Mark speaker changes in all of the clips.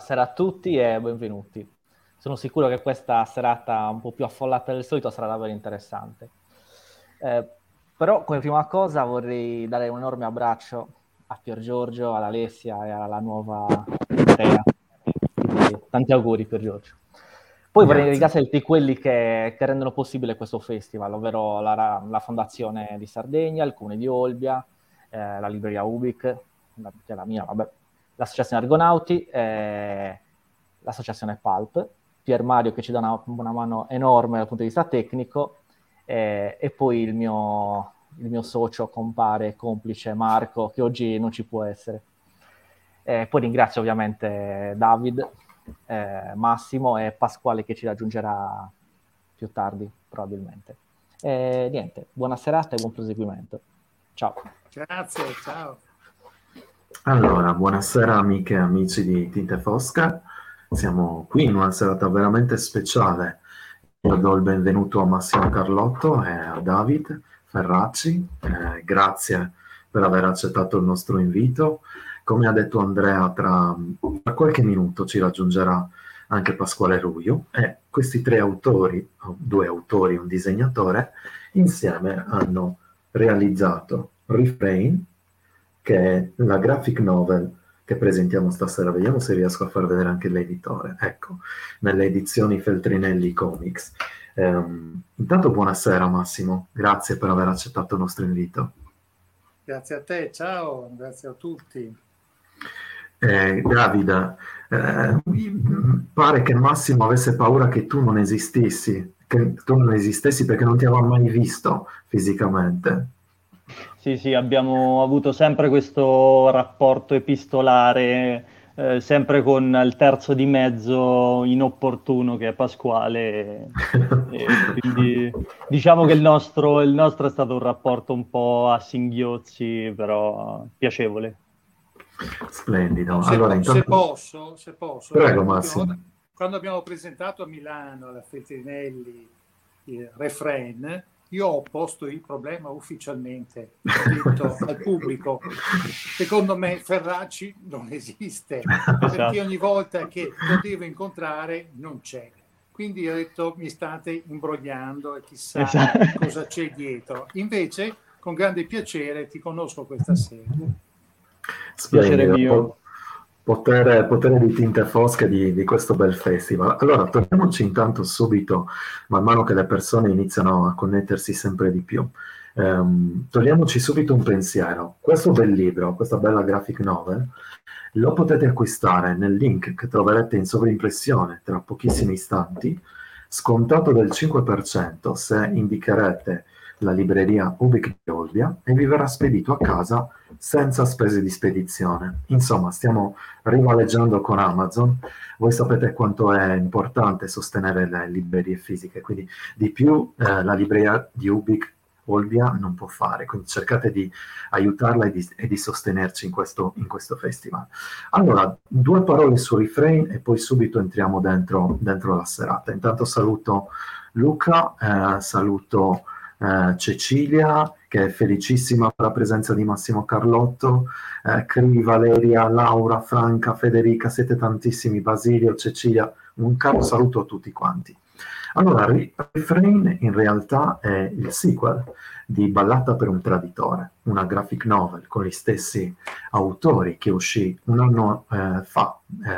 Speaker 1: Buonasera a tutti e benvenuti. Sono sicuro che questa serata un po' più affollata del solito sarà davvero interessante. Eh, Però come prima cosa vorrei dare un enorme abbraccio a Pier Giorgio, ad Alessia e alla nuova Andrea. Quindi, tanti auguri Pier Giorgio. Poi vorrei
Speaker 2: Grazie.
Speaker 1: ringraziare tutti quelli che rendono possibile questo festival, ovvero la Fondazione di Sardegna, il Comune di Olbia, la Libreria Ubic, che è la mia, vabbè, l'Associazione Argonauti, l'Associazione Pulp, Pier Mario che ci dà una mano enorme dal punto di vista tecnico, e poi il mio socio, compare e complice Marco, che oggi non ci può essere. Poi ringrazio ovviamente David, Massimo e Pasquale che ci raggiungerà più tardi, probabilmente. Niente, buona serata e buon proseguimento. Ciao.
Speaker 3: Grazie, ciao.
Speaker 2: Allora, buonasera amiche e amici di Tinte Fosca. Siamo qui in una serata veramente speciale. Io do il benvenuto a Massimo Carlotto e a David Ferracci. Grazie per aver accettato il nostro invito. Come ha detto Andrea, tra qualche minuto ci raggiungerà anche Pasquale Ruio e questi tre autori, due autori e un disegnatore, insieme hanno realizzato Refrain, che è la graphic novel che presentiamo stasera. Vediamo se riesco a far vedere anche l'editore. Ecco, nelle edizioni Feltrinelli Comics. Intanto buonasera Massimo, grazie per aver accettato il nostro invito.
Speaker 3: Grazie a te, ciao, grazie a tutti.
Speaker 2: Davide, pare che Massimo avesse paura che tu non esistessi perché non ti aveva mai visto fisicamente.
Speaker 4: Sì, abbiamo avuto sempre questo rapporto epistolare, sempre con il terzo di mezzo inopportuno che è Pasquale. E quindi diciamo che il nostro è stato un rapporto un po' a singhiozzi, però piacevole.
Speaker 2: Splendido.
Speaker 3: Se,
Speaker 2: Allora,
Speaker 3: se
Speaker 2: intanto...
Speaker 3: posso,
Speaker 2: Prego Massimo.
Speaker 3: quando abbiamo presentato a Milano alla Feltrinelli il Refrain, io ho posto il problema ufficialmente, ho detto al pubblico, secondo me Ferracci non esiste, perché ogni volta che lo devo incontrare non c'è. Quindi ho detto mi state imbrogliando e chissà cosa c'è dietro. Invece, con grande piacere, ti conosco questa sera.
Speaker 4: Piacere
Speaker 2: Splendido.
Speaker 4: mio.
Speaker 2: Potere di tinte fosche di questo bel festival. Allora, torniamoci intanto subito, man mano che le persone iniziano a connettersi sempre di più. Togliamoci subito un pensiero. Questo bel libro, questa bella graphic novel, lo potete acquistare nel link che troverete in sovrimpressione tra pochissimi istanti, scontato del 5% se indicherete la libreria Ubic di Olbia e vi verrà spedito a casa senza spese di spedizione. Insomma, stiamo rivaleggiando con Amazon. Voi sapete quanto è importante sostenere le librerie fisiche, quindi di più la libreria di Ubic Olbia non può fare, quindi cercate di aiutarla e di sostenerci in questo festival. Allora, due parole su Refrain e poi subito entriamo dentro la serata. Intanto saluto Luca, saluto Cecilia, che è felicissima per la presenza di Massimo Carlotto, Cri, Valeria, Laura, Franca, Federica, siete tantissimi, Basilio, Cecilia, un caro saluto a tutti quanti. Allora, Refrain in realtà è il sequel di Ballata per un traditore, una graphic novel con gli stessi autori che uscì un anno fa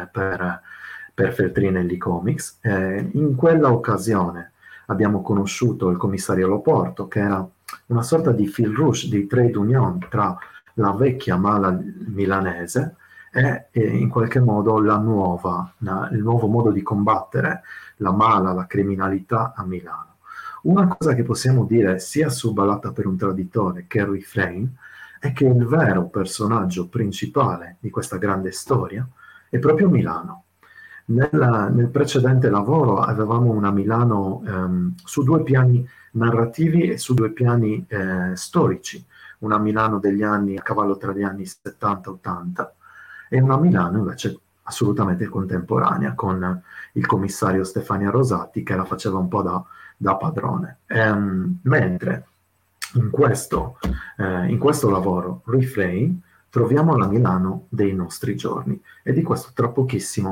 Speaker 2: per Feltrinelli Comics. In quella occasione abbiamo conosciuto il commissario Loporto, che era una sorta di fil rouge, di trade union tra la vecchia mala milanese e in qualche modo il nuovo modo di combattere la mala, la criminalità a Milano. Una cosa che possiamo dire sia su Ballata per un traditore che Refrain è che il vero personaggio principale di questa grande storia è proprio Milano. Nel precedente lavoro avevamo una Milano su due piani narrativi e su due piani storici, una Milano degli anni a cavallo tra gli anni 70-80 e una Milano invece assolutamente contemporanea con il commissario Stefania Rosati che la faceva un po' da padrone. Mentre in questo lavoro Refrain troviamo la Milano dei nostri giorni e di questo tra pochissimo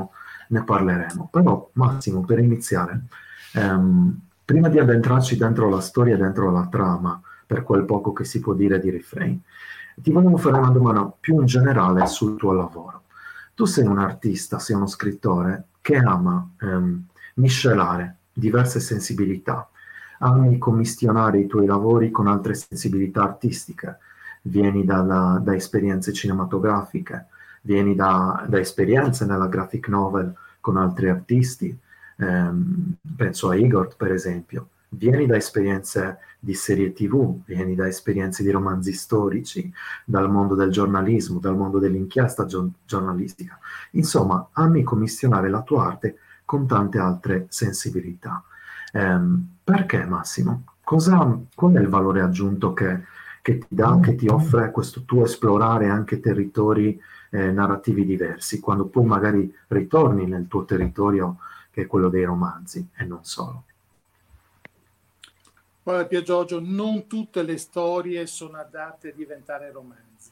Speaker 2: ne parleremo. Però Massimo, per iniziare, prima di addentrarci dentro la storia, dentro la trama, per quel poco che si può dire di Refrain, ti volevo fare una domanda più in generale sul tuo lavoro. Tu sei un artista, sei uno scrittore che ama miscelare diverse sensibilità, ami commissionare i tuoi lavori con altre sensibilità artistiche, vieni da esperienze cinematografiche, vieni da esperienze nella graphic novel con altri artisti, penso a Igor per esempio, vieni da esperienze di serie TV, vieni da esperienze di romanzi storici, dal mondo del giornalismo, dal mondo dell'inchiesta giornalistica. Insomma, ami commissionare la tua arte con tante altre sensibilità. Perché Massimo? Qual è il valore aggiunto che ti dà, che ti offre questo tuo esplorare anche territori narrativi diversi, quando poi magari ritorni nel tuo territorio che è quello dei romanzi e non solo?
Speaker 3: Guarda Pier Giorgio, non tutte le storie sono adatte a diventare romanzi.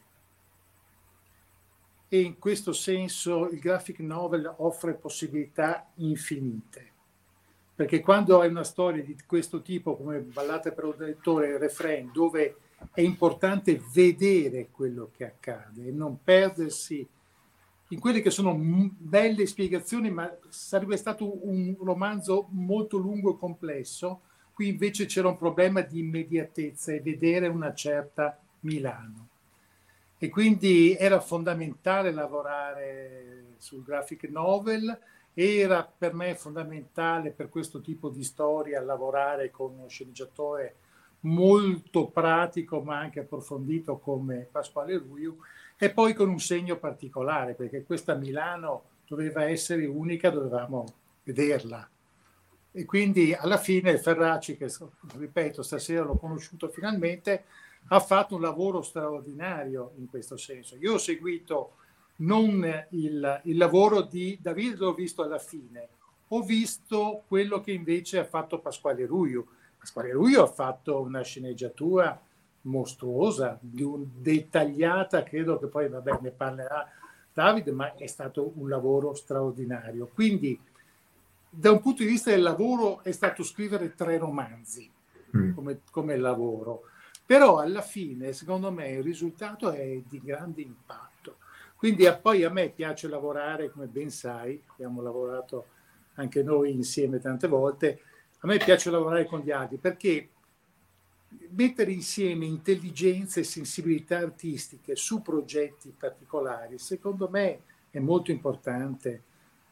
Speaker 3: E in questo senso il graphic novel offre possibilità infinite. Perché quando hai una storia di questo tipo, come Ballate per un lettore e Refrain, dove è importante vedere quello che accade e non perdersi in quelle che sono belle spiegazioni, ma sarebbe stato un romanzo molto lungo e complesso. Qui invece c'era un problema di immediatezza e vedere una certa Milano. E quindi era fondamentale lavorare sul graphic novel, era per me fondamentale per questo tipo di storia lavorare con uno sceneggiatore molto pratico ma anche approfondito come Pasquale Ruiu, e poi con un segno particolare, perché questa Milano doveva essere unica, dovevamo vederla. E quindi alla fine Ferracci, che ripeto stasera l'ho conosciuto finalmente, ha fatto un lavoro straordinario in questo senso. Io ho seguito non il lavoro di David, l'ho visto alla fine, ho visto quello che invece ha fatto Pasquale Ruiu. Pasquale Ruiu ha fatto una sceneggiatura mostruosa, dettagliata, credo che poi vabbè, ne parlerà David, ma è stato un lavoro straordinario. Quindi da un punto di vista del lavoro è stato scrivere 3 romanzi come lavoro, però alla fine secondo me il risultato è di grande impatto. Quindi poi a me piace lavorare, come ben sai, abbiamo lavorato anche noi insieme tante volte, a me piace lavorare con gli altri perché mettere insieme intelligenza e sensibilità artistiche su progetti particolari secondo me è molto importante.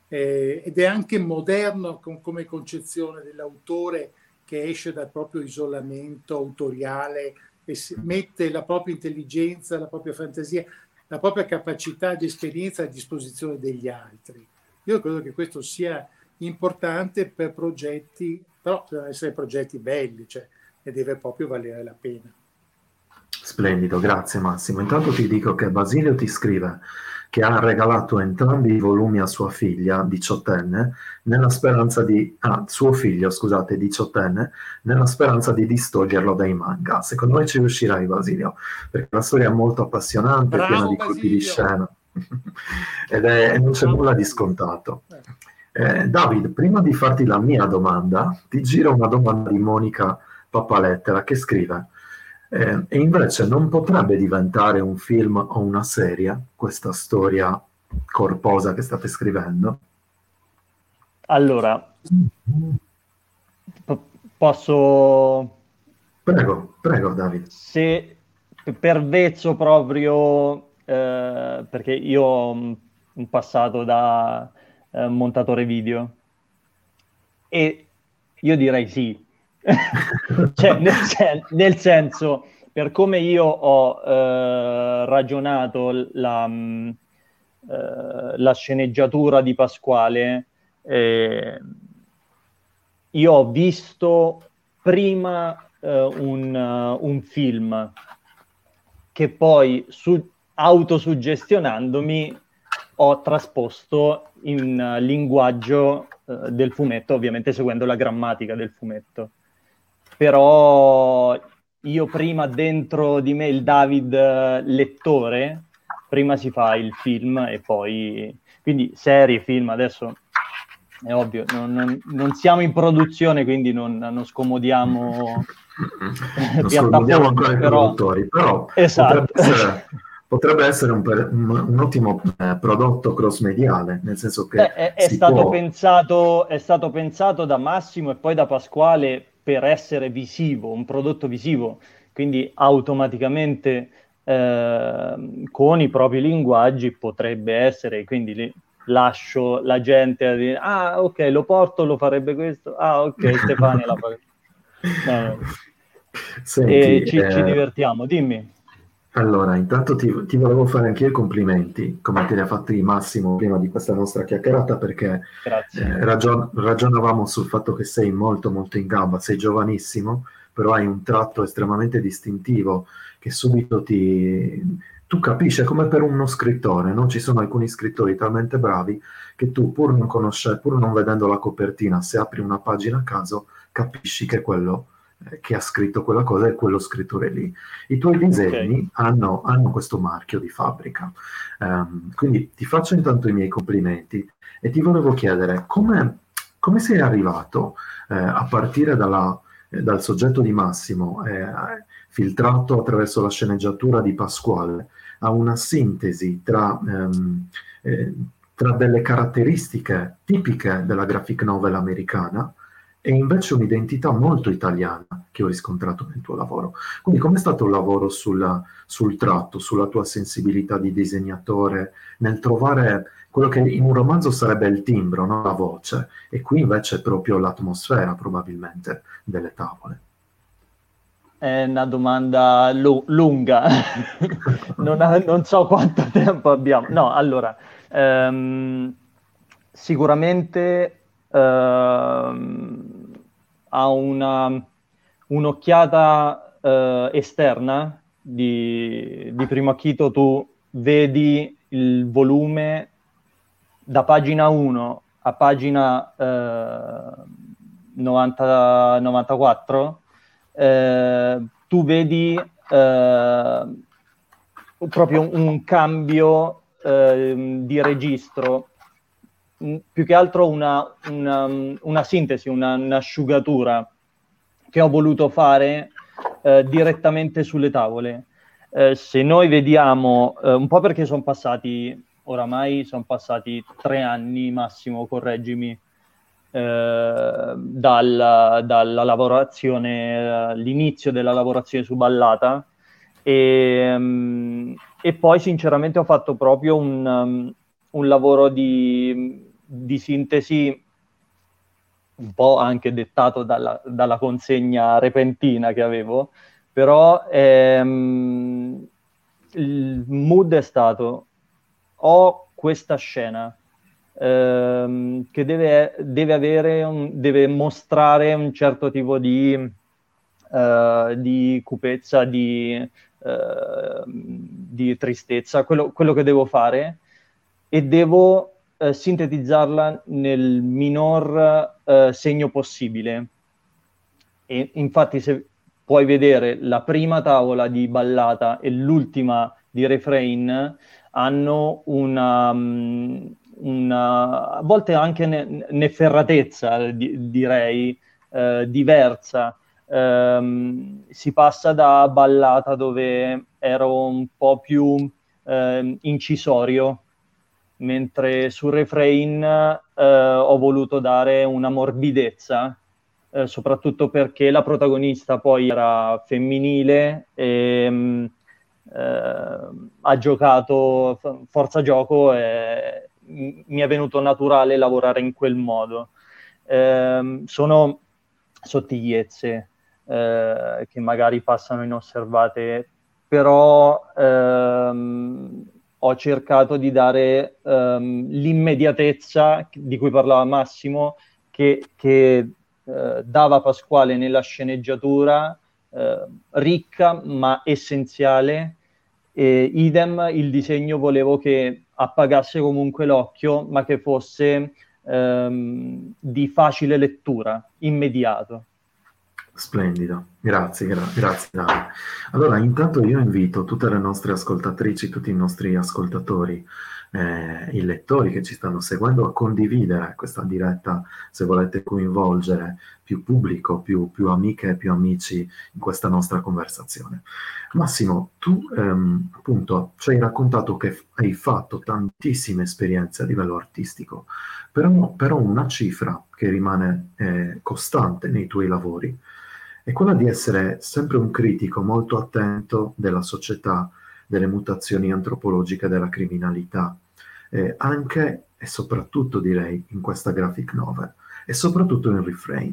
Speaker 3: Ed è anche moderno come concezione dell'autore che esce dal proprio isolamento autoriale e mette la propria intelligenza, la propria fantasia, la propria capacità di esperienza a disposizione degli altri. Io credo che questo sia importante per progetti, però devono essere progetti belli, cioè, e deve proprio valere la pena.
Speaker 2: Splendido, grazie Massimo. Intanto ti dico che Basilio ti scrive che ha regalato entrambi i volumi a sua figlia, diciottenne, nella speranza di... suo figlio, scusate, diciottenne, nella speranza di distoglierlo dai manga. Secondo me ci riuscirai, Basilio, perché la storia è molto appassionante,
Speaker 3: bravo,
Speaker 2: piena di
Speaker 3: Basilio.
Speaker 2: colpi di scena, ed non c'è nulla di scontato. David, prima di farti la mia domanda, ti giro una domanda di Monica Papalettera, che scrive... e invece non potrebbe diventare un film o una serie questa storia corposa che state scrivendo?
Speaker 4: Allora, posso...
Speaker 2: Prego, David.
Speaker 4: Se per vezzo proprio, perché io ho un passato da montatore video, e io direi sì. Cioè, nel senso, per come io ho ragionato la sceneggiatura di Pasquale, io ho visto prima un film che poi autosuggestionandomi ho trasposto in linguaggio del fumetto, ovviamente seguendo la grammatica del fumetto. Però io prima dentro di me il David lettore, prima si fa il film e poi... Quindi serie, film, adesso è ovvio, non siamo in produzione, quindi non scomodiamo
Speaker 2: non scomodiamo ancora
Speaker 4: piattaforme,
Speaker 2: i
Speaker 4: però...
Speaker 2: produttori, però
Speaker 4: Esatto.
Speaker 2: potrebbe essere un ottimo prodotto cross-mediale, nel senso che
Speaker 4: È
Speaker 2: si
Speaker 4: stato
Speaker 2: può...
Speaker 4: pensato, è stato pensato da Massimo e poi da Pasquale per essere visivo, un prodotto visivo, quindi automaticamente con i propri linguaggi potrebbe essere, quindi lì lascio la gente a dire, ah ok, lo porto, lo farebbe questo, ah ok, Stefania la fa. No, no. E
Speaker 2: Senti,
Speaker 4: ci divertiamo, dimmi.
Speaker 2: allora, intanto ti volevo fare anche io i complimenti, come te li ha fatti Massimo prima di questa nostra chiacchierata, perché
Speaker 4: Grazie.
Speaker 2: ragionavamo sul fatto che sei molto molto in gamba, sei giovanissimo, però hai un tratto estremamente distintivo che subito tu capisci, è come per uno scrittore, no? Ci sono alcuni scrittori talmente bravi che tu, pur non vedendo la copertina, se apri una pagina a caso, capisci che quello che ha scritto quella cosa è quello scrittore lì. I tuoi disegni hanno questo marchio di fabbrica. Quindi ti faccio intanto i miei complimenti e ti volevo chiedere come sei arrivato a partire dal soggetto di Massimo, filtrato attraverso la sceneggiatura di Pasquale, a una sintesi tra delle caratteristiche tipiche della graphic novel americana e invece un'identità molto italiana che ho riscontrato nel tuo lavoro. Quindi com'è stato il lavoro sul tratto, sulla tua sensibilità di disegnatore, nel trovare quello che in un romanzo sarebbe il timbro, no? La voce, e qui invece è proprio l'atmosfera probabilmente delle tavole.
Speaker 4: È una domanda lunga, non so quanto tempo abbiamo. No, allora, sicuramente ha un'occhiata esterna di primo acchito, tu vedi il volume da pagina 1 a pagina 94, tu vedi proprio un cambio di registro, più che altro una sintesi, un'asciugatura che ho voluto fare direttamente sulle tavole. Se noi vediamo, un po' perché oramai sono passati 3 anni massimo, correggimi, dalla lavorazione, l'inizio della lavorazione su Ballata, e poi sinceramente ho fatto proprio un lavoro di sintesi un po' anche dettato dalla consegna repentina che avevo, però il mood è stato: ho questa scena che deve mostrare un certo tipo di cupezza, di tristezza, quello che devo fare, e devo sintetizzarla nel minor segno possibile. E infatti, se puoi vedere la prima tavola di Ballata e l'ultima di Refrain, hanno una a volte anche nefferratezza, direi, diversa. Si passa da Ballata, dove ero un po' più incisorio, mentre su Refrain ho voluto dare una morbidezza, soprattutto perché la protagonista poi era femminile e ha giocato forza gioco, e mi è venuto naturale lavorare in quel modo. Sono sottigliezze che magari passano inosservate, però ho cercato di dare l'immediatezza di cui parlava Massimo, che dava Pasquale nella sceneggiatura, ricca ma essenziale. Idem, il disegno volevo che appagasse comunque l'occhio, ma che fosse di facile lettura, immediato.
Speaker 2: Splendido, grazie Davide. Allora, intanto io invito tutte le nostre ascoltatrici, tutti i nostri ascoltatori i lettori che ci stanno seguendo a condividere questa diretta, se volete coinvolgere più pubblico, più amiche e più amici in questa nostra conversazione. Massimo, tu appunto ci hai raccontato che hai fatto tantissime esperienze a livello artistico, però una cifra che rimane costante nei tuoi lavori è quella di essere sempre un critico molto attento della società, delle mutazioni antropologiche della criminalità, anche e soprattutto direi in questa graphic novel e soprattutto in Refrain.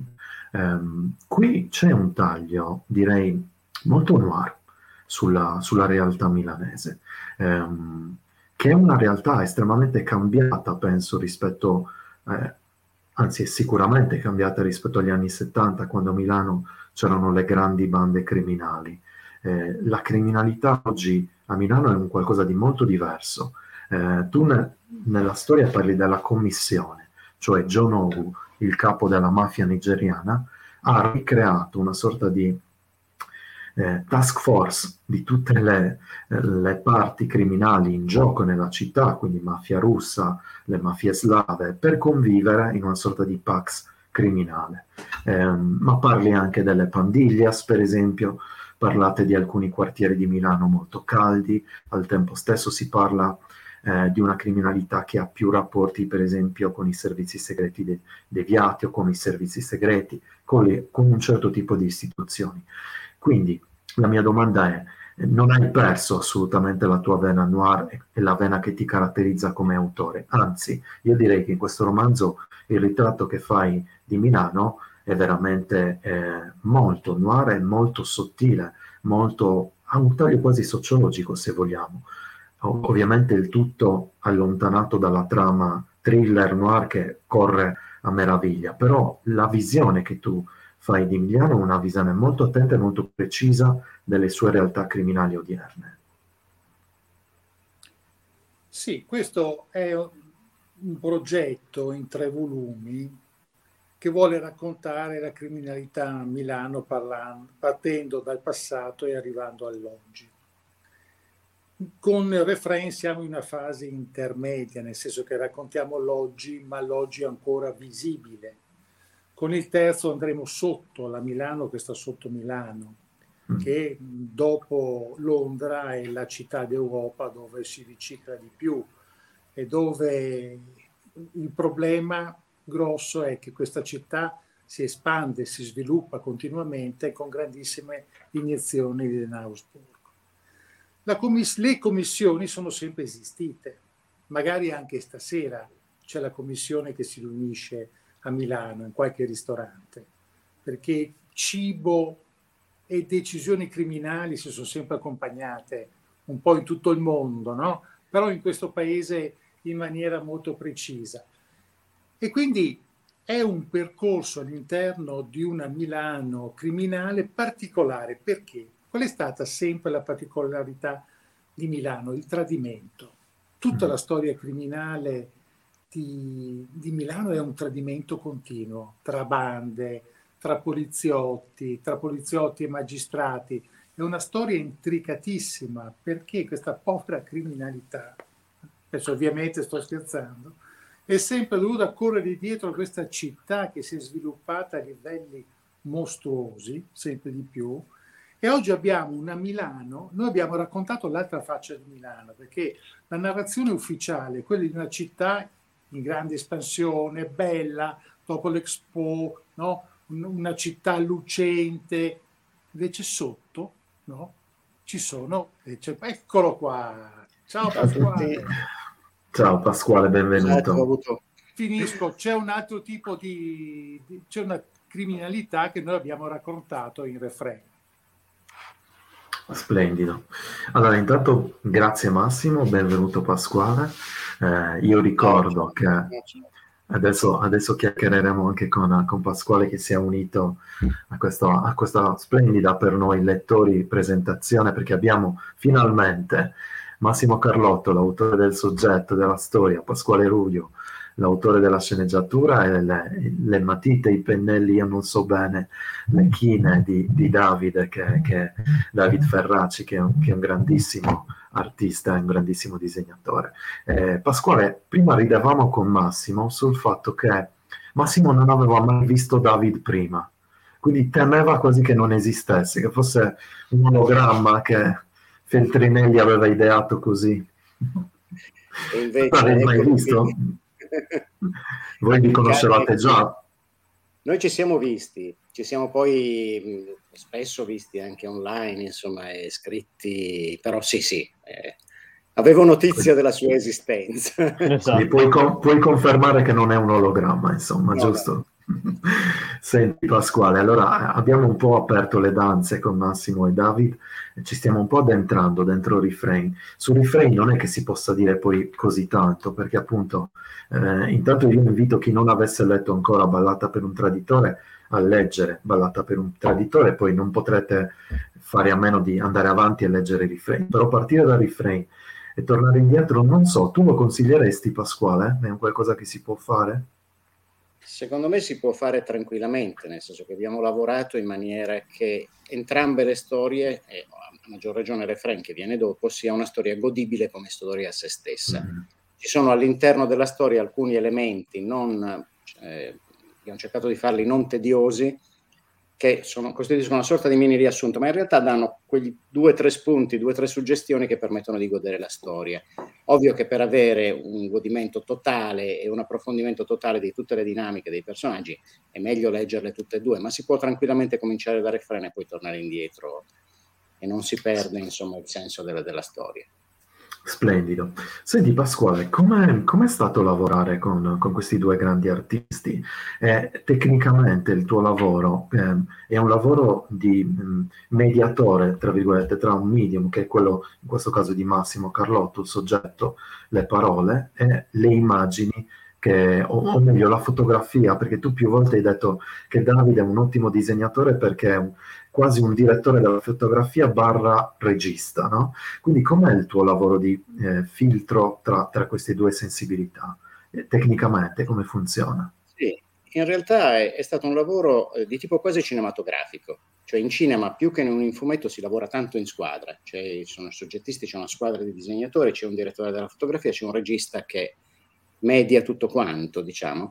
Speaker 2: Qui c'è un taglio, direi, molto noir sulla realtà milanese, che è una realtà estremamente cambiata, penso, rispetto, anzi è sicuramente cambiata rispetto agli anni 70, quando a Milano c'erano le grandi bande criminali. La criminalità oggi a Milano è un qualcosa di molto diverso. Tu nella storia parli della commissione, cioè John Ogu, il capo della mafia nigeriana, ha ricreato una sorta di task force di tutte le parti criminali in gioco nella città, quindi mafia russa, le mafie slave, per convivere in una sorta di pax criminale. Ma parli anche delle pandillas, per esempio, parlate di alcuni quartieri di Milano molto caldi, al tempo stesso si parla di una criminalità che ha più rapporti, per esempio, con i servizi segreti deviati o con i servizi segreti, con un certo tipo di istituzioni. Quindi la mia domanda è: non hai perso assolutamente la tua vena noir e la vena che ti caratterizza come autore, anzi, io direi che in questo romanzo il ritratto che fai di Milano è veramente molto noir e molto sottile, ha un taglio quasi sociologico, se vogliamo. Ovviamente il tutto allontanato dalla trama thriller noir che corre a meraviglia, però la visione che tu fai di Milano è una visione molto attenta e molto precisa delle sue realtà criminali odierne.
Speaker 3: Sì, questo è un progetto in 3 volumi che vuole raccontare la criminalità a Milano partendo dal passato e arrivando all'oggi. Con Refrain siamo in una fase intermedia, nel senso che raccontiamo l'oggi, ma l'oggi ancora visibile. Con il terzo andremo sotto la Milano che sta sotto Milano, che dopo Londra è la città d'Europa dove si ricicla di più e dove il problema grosso è che questa città si espande, si sviluppa continuamente con grandissime iniezioni di denaro sporco. Le commissioni sono sempre esistite, magari anche stasera c'è la commissione che si riunisce a Milano in qualche ristorante, perché cibo e decisioni criminali si sono sempre accompagnate un po' in tutto il mondo, no? Però in questo paese in maniera molto precisa. E quindi è un percorso all'interno di una Milano criminale particolare. Perché? Qual è stata sempre la particolarità di Milano? Il tradimento. Tutta la storia criminale di Milano è un tradimento continuo tra bande, tra poliziotti e magistrati. È una storia intricatissima, perché questa povera criminalità, adesso ovviamente sto scherzando, è sempre dovuta correre dietro a questa città che si è sviluppata a livelli mostruosi, sempre di più. E oggi abbiamo una Milano, noi abbiamo raccontato l'altra faccia di Milano, perché la narrazione ufficiale è quella di una città in grande espansione, bella, dopo l'Expo, no? Una città lucente, invece sotto, no? Ci sono, eccolo qua, ciao Pasquale.
Speaker 2: Ciao Pasquale, benvenuto.
Speaker 3: Finisco, c'è un altro tipo c'è una criminalità che noi abbiamo raccontato in Refrain.
Speaker 2: Splendido. Allora, intanto grazie Massimo, benvenuto Pasquale. Io ricordo che adesso chiacchiereremo anche con Pasquale, che si è unito a questa splendida per noi lettori presentazione, perché abbiamo finalmente Massimo Carlotto, l'autore del soggetto, della storia, Pasquale Ruglio, l'autore della sceneggiatura, e le matite, i pennelli, io non so bene, le chine di Davide, che David Ferracci, che è un grandissimo artista, è un grandissimo disegnatore. Pasquale, prima ridevamo con Massimo sul fatto che Massimo non aveva mai visto David prima, quindi temeva quasi che non esistesse, che fosse un ologramma che Feltrinelli aveva ideato così.
Speaker 5: E invece,
Speaker 2: L'avevi mai visto? Voi vi conoscevate già?
Speaker 5: Noi ci siamo poi spesso visti anche online, insomma, e scritti, però sì, avevo notizia della sua esistenza.
Speaker 2: Esatto. Puoi confermare che non è un ologramma, insomma, no, giusto? No. Senti Pasquale, allora abbiamo un po' aperto le danze con Massimo e David, ci stiamo un po' addentrando dentro Refrain. Su Refrain non è che si possa dire poi così tanto, perché appunto intanto io invito chi non avesse letto ancora Ballata per un traditore a leggere Ballata per un traditore, poi non potrete fare a meno di andare avanti e leggere Refrain, però partire da Refrain e tornare indietro, non so, tu lo consiglieresti Pasquale? È un qualcosa che si può fare?
Speaker 5: Secondo me si può fare tranquillamente, nel senso che abbiamo lavorato in maniera che entrambe le storie, e a maggior ragione Refrain che viene dopo, sia una storia godibile come storia a se stessa. Mm-hmm. Ci sono all'interno della storia alcuni elementi abbiamo cercato di farli non tediosi, che costituiscono una sorta di mini riassunto, ma in realtà danno quegli 2 o 3 spunti, 2 o 3 suggestioni che permettono di godere la storia. Ovvio che per avere un godimento totale e un approfondimento totale di tutte le dinamiche dei personaggi è meglio leggerle tutte e 2, ma si può tranquillamente cominciare da Refrain e poi tornare indietro e non si perde, insomma, il senso della storia.
Speaker 2: Splendido. Senti Pasquale, com'è stato lavorare con questi 2 grandi artisti? Tecnicamente il tuo lavoro è un lavoro di mediatore, tra virgolette, tra un medium, che è quello, in questo caso di Massimo Carlotto, il soggetto, le parole, e le immagini, o meglio la fotografia, perché tu più volte hai detto che Davide è un ottimo disegnatore perché è quasi un direttore della fotografia / regista, no? Quindi com'è il tuo lavoro di filtro tra queste 2 sensibilità? Tecnicamente come funziona?
Speaker 5: Sì, in realtà è stato un lavoro di tipo quasi cinematografico, cioè in cinema più che in un fumetto si lavora tanto in squadra, cioè ci sono soggettisti, c'è una squadra di disegnatori, c'è un direttore della fotografia, c'è un regista che media tutto quanto, diciamo.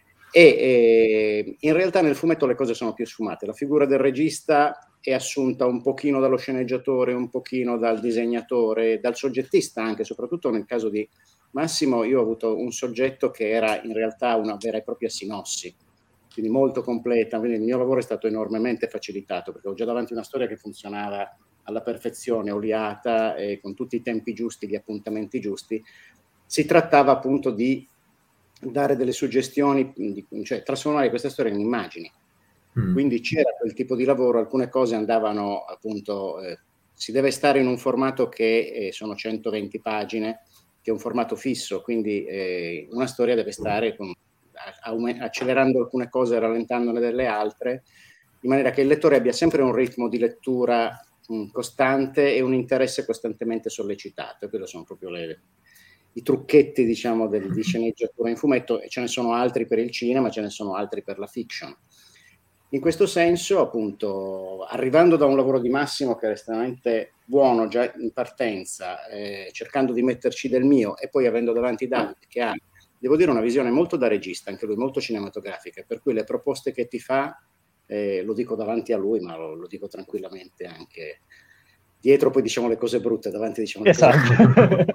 Speaker 5: E in realtà nel fumetto le cose sono più sfumate. La figura del regista è assunta un pochino dallo sceneggiatore, un pochino dal disegnatore, dal soggettista anche, soprattutto nel caso di Massimo io ho avuto un soggetto che era in realtà una vera e propria sinossi, quindi molto completa, quindi il mio lavoro è stato enormemente facilitato perché ho già davanti una storia che funzionava alla perfezione, oliata, con tutti i tempi giusti, gli appuntamenti giusti. Si trattava appunto di dare delle suggestioni, cioè trasformare questa storia in immagini. Quindi c'era quel tipo di lavoro, alcune cose andavano appunto, si deve stare in un formato che sono 120 pagine, che è un formato fisso, quindi una storia deve stare accelerando alcune cose e rallentandone delle altre, in maniera che il lettore abbia sempre un ritmo di lettura costante e un interesse costantemente sollecitato. E quello sono proprio i trucchetti, diciamo, di sceneggiatura in fumetto, e ce ne sono altri per il cinema, ce ne sono altri per la fiction. In questo senso, appunto, arrivando da un lavoro di Massimo che era estremamente buono già in partenza, cercando di metterci del mio, e poi avendo davanti David che ha, devo dire, una visione molto da regista, anche lui molto cinematografica, per cui le proposte che ti fa, lo dico davanti a lui, ma lo dico tranquillamente anche dietro, poi diciamo le cose brutte, davanti diciamo le cose brutte.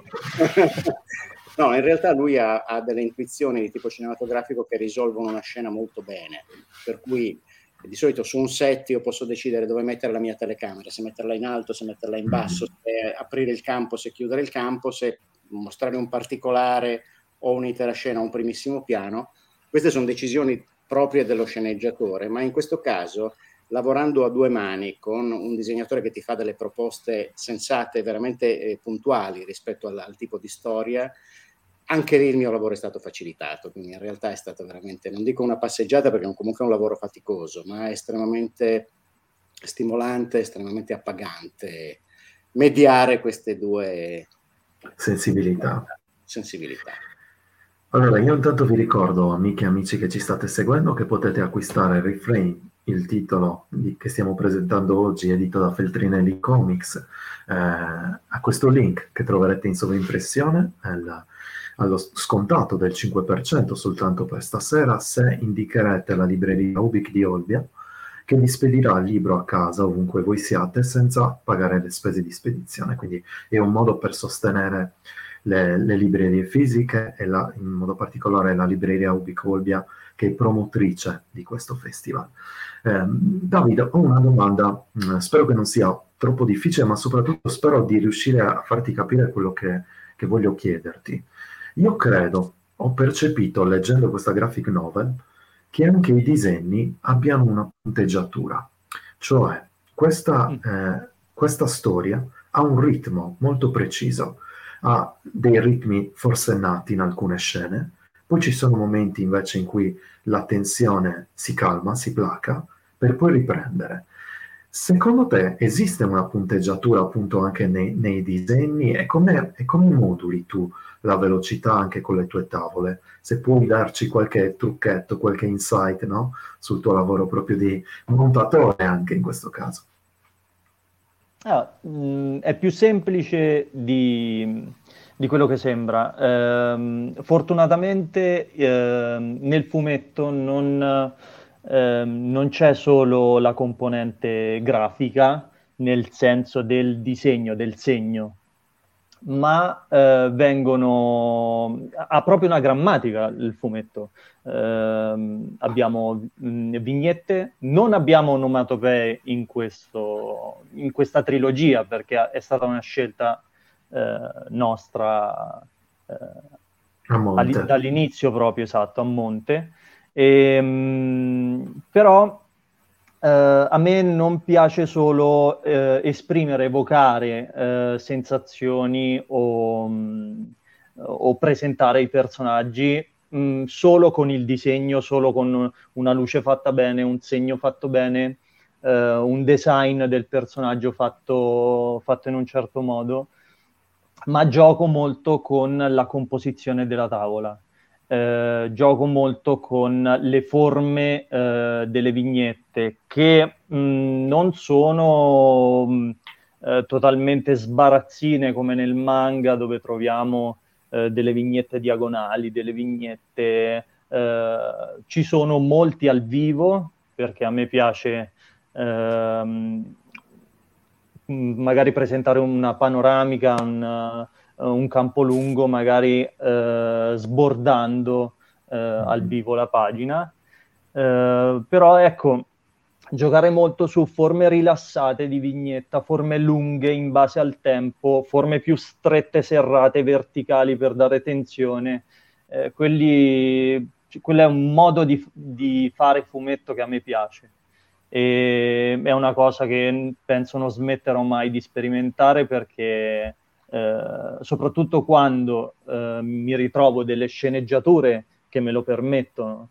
Speaker 5: No, in realtà lui ha delle intuizioni di tipo cinematografico che risolvono una scena molto bene, per cui di solito su un set io posso decidere dove mettere la mia telecamera, se metterla in alto, se metterla in basso, se aprire il campo, se chiudere il campo, se mostrare un particolare o un'intera scena, un primissimo piano. Queste sono decisioni proprie dello sceneggiatore, ma in questo caso, lavorando a 2 mani con un disegnatore che ti fa delle proposte sensate, veramente puntuali rispetto al tipo di storia, anche lì il mio lavoro è stato facilitato, quindi in realtà è stato veramente, non dico una passeggiata perché comunque è un lavoro faticoso, ma è estremamente stimolante, estremamente appagante mediare queste 2 sensibilità.
Speaker 2: Allora, io intanto vi ricordo, amiche e amici che ci state seguendo, che potete acquistare Refrain il titolo che stiamo presentando oggi, edito da Feltrinelli Comics, a questo link che troverete in sovraimpressione, allo scontato del 5% soltanto per stasera, se indicherete la libreria Ubik di Olbia, che vi spedirà il libro a casa ovunque voi siate senza pagare le spese di spedizione. Quindi è un modo per sostenere le librerie fisiche e in modo particolare la libreria Ubik Olbia, che è promotrice di questo festival. Davide, ho una domanda, spero che non sia troppo difficile, ma soprattutto spero di riuscire a farti capire quello che voglio chiederti. Io credo, ho percepito leggendo questa graphic novel, che anche i disegni abbiano una punteggiatura, cioè questa storia ha un ritmo molto preciso, ha dei ritmi forsennati in alcune scene, poi ci sono momenti invece in cui la tensione si calma, si placa, per poi riprendere. Secondo te esiste una punteggiatura appunto anche nei disegni e come moduli tu la velocità anche con le tue tavole? Se puoi darci qualche trucchetto, qualche insight, no? Sul tuo lavoro proprio di montatore anche in questo caso.
Speaker 4: È più semplice di quello che sembra. Fortunatamente nel fumetto non c'è solo la componente grafica, nel senso del disegno, del segno, ma ha proprio una grammatica il fumetto. Abbiamo vignette, non abbiamo onomatopee in questa trilogia, perché è stata una scelta nostra dall'inizio proprio, esatto, a monte. Però a me non piace solo esprimere, evocare sensazioni o presentare i personaggi solo con il disegno, solo con una luce fatta bene, un segno fatto bene, un design del personaggio fatto in un certo modo, ma gioco molto con la composizione della tavola. Gioco molto con le forme delle vignette, che non sono totalmente sbarazzine come nel manga, dove troviamo delle vignette diagonali, delle vignette... ci sono molti al vivo, perché a me piace magari presentare una panoramica, un campo lungo, magari sbordando al vivo la pagina. Però ecco, giocare molto su forme rilassate di vignetta, forme lunghe in base al tempo, forme più strette, serrate, verticali per dare tensione. Quello è un modo di fare fumetto che a me piace. E è una cosa che penso non smetterò mai di sperimentare, perché soprattutto quando mi ritrovo delle sceneggiature che me lo permettono,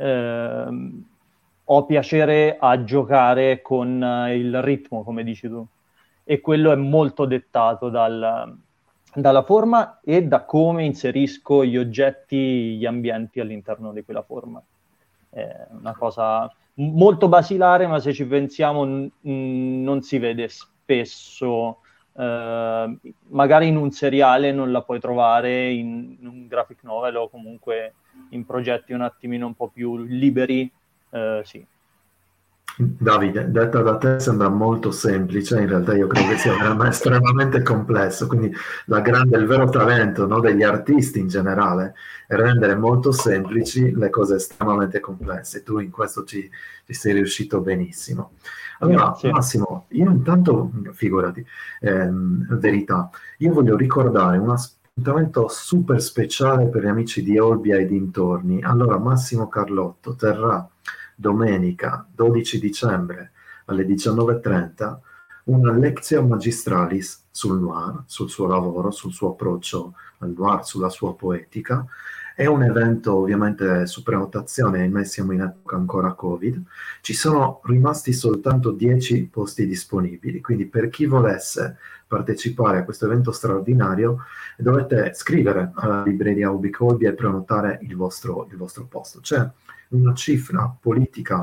Speaker 4: ho piacere a giocare con il ritmo, come dici tu, e quello è molto dettato dalla forma e da come inserisco gli oggetti, gli ambienti all'interno di quella forma. È una cosa molto basilare, ma se ci pensiamo non si vede spesso. Magari in un seriale non la puoi trovare, in un graphic novel o comunque in progetti un attimino un po' più liberi, sì.
Speaker 2: Davide, detta da te sembra molto semplice, in realtà io credo che sia estremamente complesso, quindi il vero talento, no, degli artisti in generale è rendere molto semplici le cose estremamente complesse. Tu in questo ci sei riuscito benissimo. Allora,
Speaker 4: Grazie.
Speaker 2: Massimo, io intanto, figurati, verità, io voglio ricordare un appuntamento super speciale per gli amici di Olbia e dintorni. Allora, Massimo Carlotto terrà domenica 12 dicembre alle 19:30 una Lectio Magistralis sul noir, sul suo lavoro, sul suo approccio al noir, sulla sua poetica. È un evento ovviamente su prenotazione, noi siamo in epoca ancora Covid, ci sono rimasti soltanto 10 posti disponibili, quindi per chi volesse partecipare a questo evento straordinario dovete scrivere alla libreria Ubik Olbia e prenotare il vostro posto. C'è una cifra politica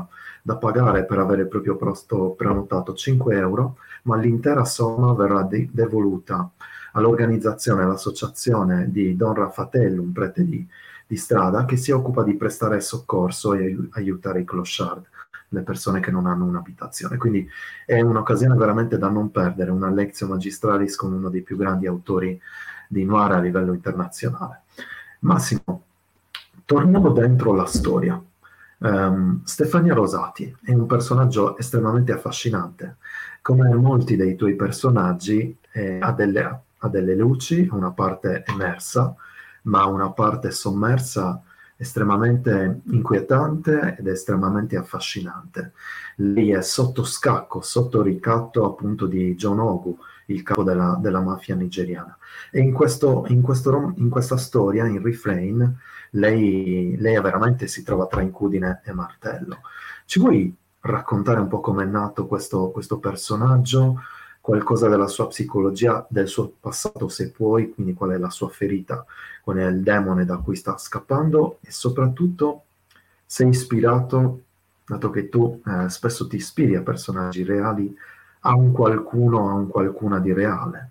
Speaker 2: da pagare per avere il proprio posto prenotato 5 euro, ma l'intera somma verrà devoluta all'organizzazione, all'associazione di Don Raffatello, un prete di strada, che si occupa di prestare soccorso e aiutare i clochard, le persone che non hanno un'abitazione. Quindi è un'occasione veramente da non perdere, una lectio magistralis con uno dei più grandi autori di noir a livello internazionale. Massimo, torniamo dentro la storia. Stefania Rosati è un personaggio estremamente affascinante. Come molti dei tuoi personaggi, ha delle luci, una parte emersa, ma una parte sommersa estremamente inquietante ed estremamente affascinante. Lei è sotto scacco, sotto ricatto appunto di John Ogu, il capo della mafia nigeriana. E in questa storia, in Refrain, lei veramente si trova tra incudine e martello. Ci vuoi raccontare un po' com'è nato questo personaggio, qualcosa della sua psicologia, del suo passato se puoi, quindi qual è la sua ferita, qual è il demone da cui sta scappando e soprattutto sei ispirato, dato che tu spesso ti ispiri a personaggi reali, a un qualcuno, a un qualcuna di reale.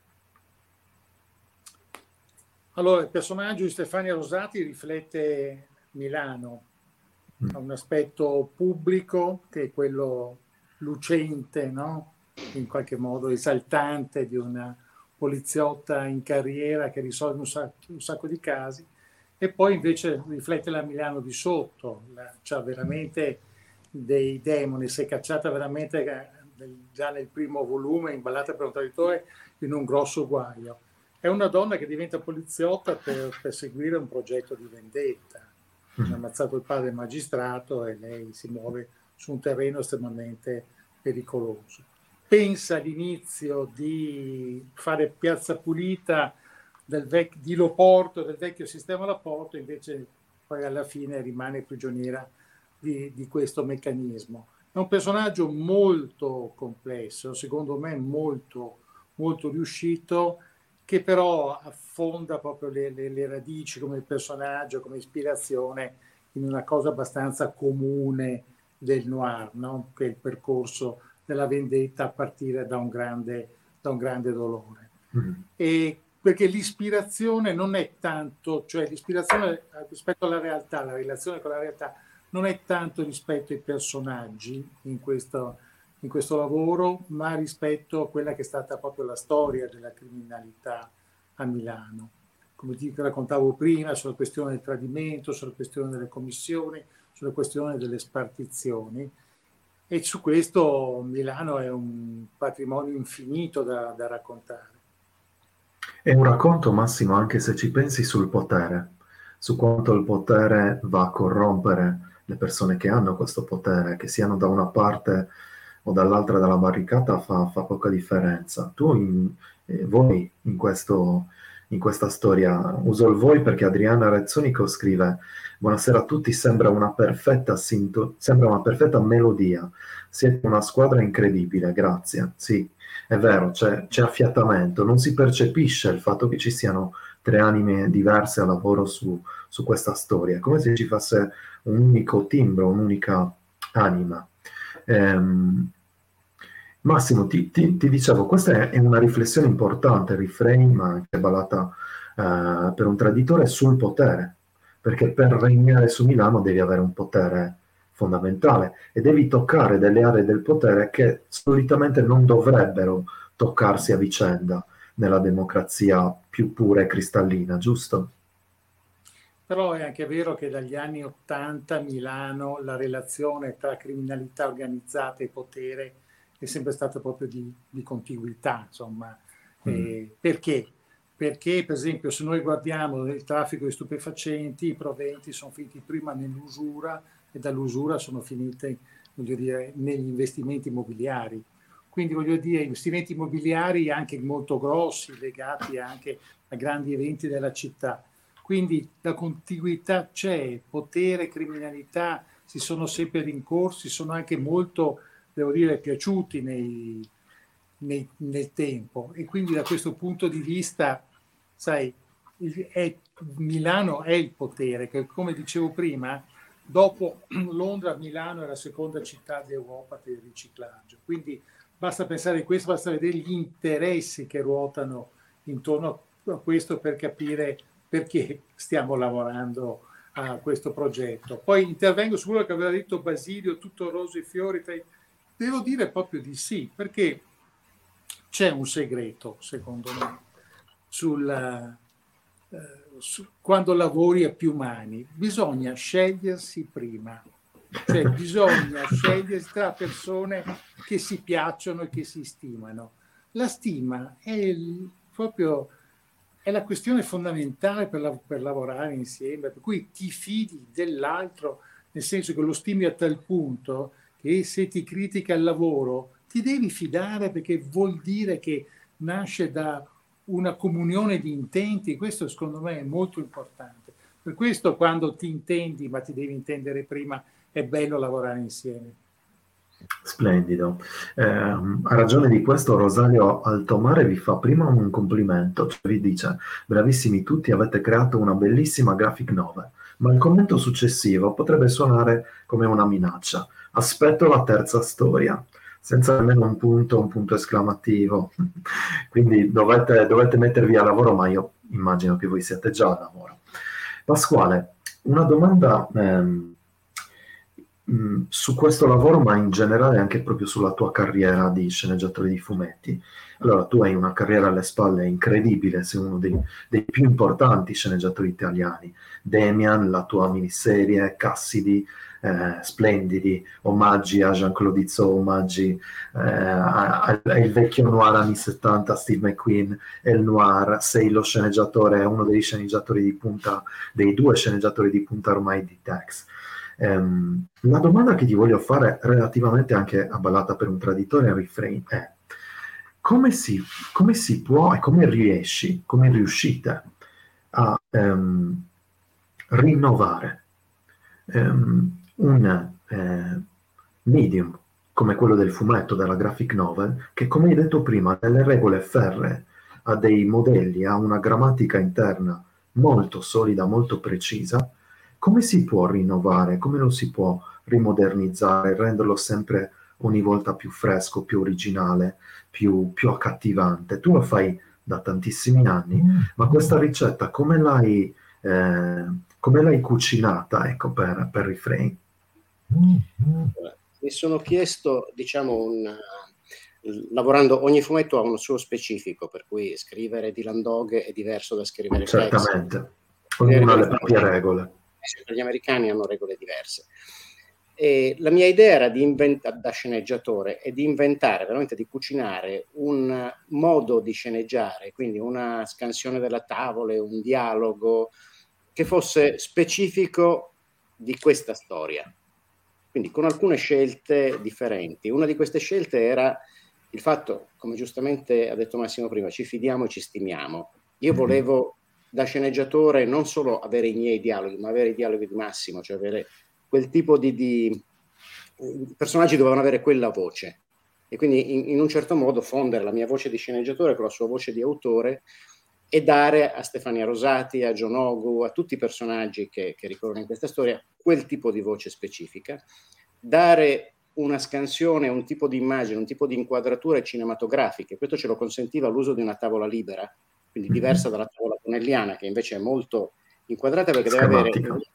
Speaker 3: Allora, il personaggio di Stefania Rosati riflette Milano, ha un aspetto pubblico che è quello lucente, no? In qualche modo esaltante di una poliziotta in carriera che risolve un sacco di casi, e poi invece riflette la Milano di sotto, c'ha veramente dei demoni, si è cacciata veramente già nel primo volume, imballata per un traditore in un grosso guaio. È una donna che diventa poliziotta per perseguire un progetto di vendetta. Ha ammazzato il padre magistrato e lei si muove su un terreno estremamente pericoloso. Pensa all'inizio di fare piazza pulita di Loporto, del vecchio sistema Loporto, invece poi alla fine rimane prigioniera di questo meccanismo. È un personaggio molto complesso, secondo me molto, molto riuscito, che però affonda proprio le radici come personaggio, come ispirazione, in una cosa abbastanza comune del noir, no? Che è il percorso della vendetta a partire da un grande dolore. E perché l'ispirazione non è tanto, cioè l'ispirazione rispetto alla realtà, la relazione con la realtà, non è tanto rispetto ai personaggi in questo lavoro, ma rispetto a quella che è stata proprio la storia della criminalità a Milano. Come ti raccontavo prima, sulla questione del tradimento, sulla questione delle commissioni, sulla questione delle spartizioni. E su questo Milano è un patrimonio infinito da raccontare.
Speaker 2: È un racconto, Massimo, anche se ci pensi sul potere, su quanto il potere va a corrompere le persone che hanno questo potere, che siano da una parte o dall'altra della barricata, fa poca differenza. Voi in questa storia, uso il voi perché Adriana Rezzonico scrive: buonasera a tutti, sembra una perfetta melodia, siete una squadra incredibile, grazie. Sì, è vero, c'è affiatamento, non si percepisce il fatto che ci siano 3 anime diverse a lavoro su questa storia, è come se ci fosse un unico timbro, un'unica anima. Massimo, ti dicevo, questa è una riflessione importante, Refrain, ma anche ballata per un traditore, sul potere, perché per regnare su Milano devi avere un potere fondamentale e devi toccare delle aree del potere che solitamente non dovrebbero toccarsi a vicenda nella democrazia più pura e cristallina, giusto?
Speaker 3: Però è anche vero che dagli anni '80 a Milano la relazione tra criminalità organizzata e potere è sempre stata proprio di contiguità, insomma. Perché? Perché, per esempio, se noi guardiamo il traffico di stupefacenti, i proventi sono finiti prima nell'usura e dall'usura sono finite, voglio dire, negli investimenti immobiliari. Quindi, voglio dire, investimenti immobiliari anche molto grossi, legati anche a grandi eventi della città. Quindi la contiguità c'è, potere, criminalità si sono sempre rincorsi, sono anche molto, devo dire, piaciuti nel tempo. E quindi da questo punto di vista, sai, Milano è il potere, che come dicevo prima, Dopo Londra, Milano è la seconda città d'Europa per il riciclaggio. Quindi basta pensare a questo, basta vedere gli interessi che ruotano intorno a questo per capire perché stiamo lavorando a questo progetto. Poi intervengo su quello che aveva detto Basilio, tutto rose e fiori. Devo dire proprio di sì, perché c'è un segreto, secondo me, quando lavori a più mani. Bisogna scegliersi prima, cioè bisogna scegliersi tra persone che si piacciono e che si stimano. La stima è proprio la questione fondamentale per lavorare insieme, per cui ti fidi dell'altro, nel senso che lo stimi a tal punto che se ti critica il lavoro ti devi fidare, perché vuol dire che nasce da una comunione di intenti. Questo secondo me è molto importante. Per questo quando ti intendi, ma ti devi intendere prima, è bello lavorare insieme.
Speaker 2: Splendido. A ragione di questo Rosario Altomare vi fa prima un complimento, cioè vi dice: bravissimi tutti, avete creato una bellissima graphic novel, ma il commento successivo potrebbe suonare come una minaccia. Aspetto la terza storia, senza nemmeno un punto esclamativo. Quindi dovete mettervi a lavoro, ma io immagino che voi siate già a lavoro. Pasquale, una domanda su questo lavoro, ma in generale anche proprio sulla tua carriera di sceneggiatore di fumetti. Allora, tu hai una carriera alle spalle incredibile, sei uno dei più importanti sceneggiatori italiani. Demian, la tua miniserie, Cassidy, splendidi, omaggi a Jean-Claude Izzo, omaggi al vecchio noir anni 70, Steve McQueen, El Noir. Sei lo sceneggiatore, uno dei sceneggiatori di punta, dei due sceneggiatori di punta ormai di Tex. La domanda che ti voglio fare, relativamente anche a Ballata per un traditore e Refrain, è: come si può e come riuscite a rinnovare un medium come quello del fumetto, della graphic novel, che, come hai detto prima, ha delle regole ferree, ha dei modelli, ha una grammatica interna molto solida, molto precisa? Come si può rinnovare? Come lo si può rimodernizzare, renderlo sempre ogni volta più fresco, più originale, più accattivante? Tu lo fai da tantissimi anni, ma questa ricetta come l'hai cucinata, ecco, per Refrain?
Speaker 5: Mi sono chiesto, diciamo, lavorando, ogni fumetto ha uno suo specifico, per cui scrivere Dylan Dog è diverso da scrivere
Speaker 2: certamente, ognuno ha le proprie regole.
Speaker 5: Gli americani hanno regole diverse. E la mia idea era da sceneggiatore è di inventare, veramente di cucinare un modo di sceneggiare, quindi una scansione della tavola, un dialogo che fosse specifico di questa storia, quindi con alcune scelte differenti. Una di queste scelte era il fatto, come giustamente ha detto Massimo prima, ci fidiamo e ci stimiamo. Io volevo, da sceneggiatore, non solo avere i miei dialoghi, ma avere i dialoghi di Massimo, cioè avere quel tipo i personaggi dovevano avere quella voce, e quindi in un certo modo fondere la mia voce di sceneggiatore con la sua voce di autore e dare a Stefania Rosati, a John Ogu, a tutti i personaggi che ricorrono in questa storia quel tipo di voce specifica, dare una scansione, un tipo di immagine, un tipo di inquadrature cinematografiche. Questo ce lo consentiva l'uso di una tavola libera, quindi diversa dalla tavola tonelliana, che invece è molto inquadrata, perché deve avere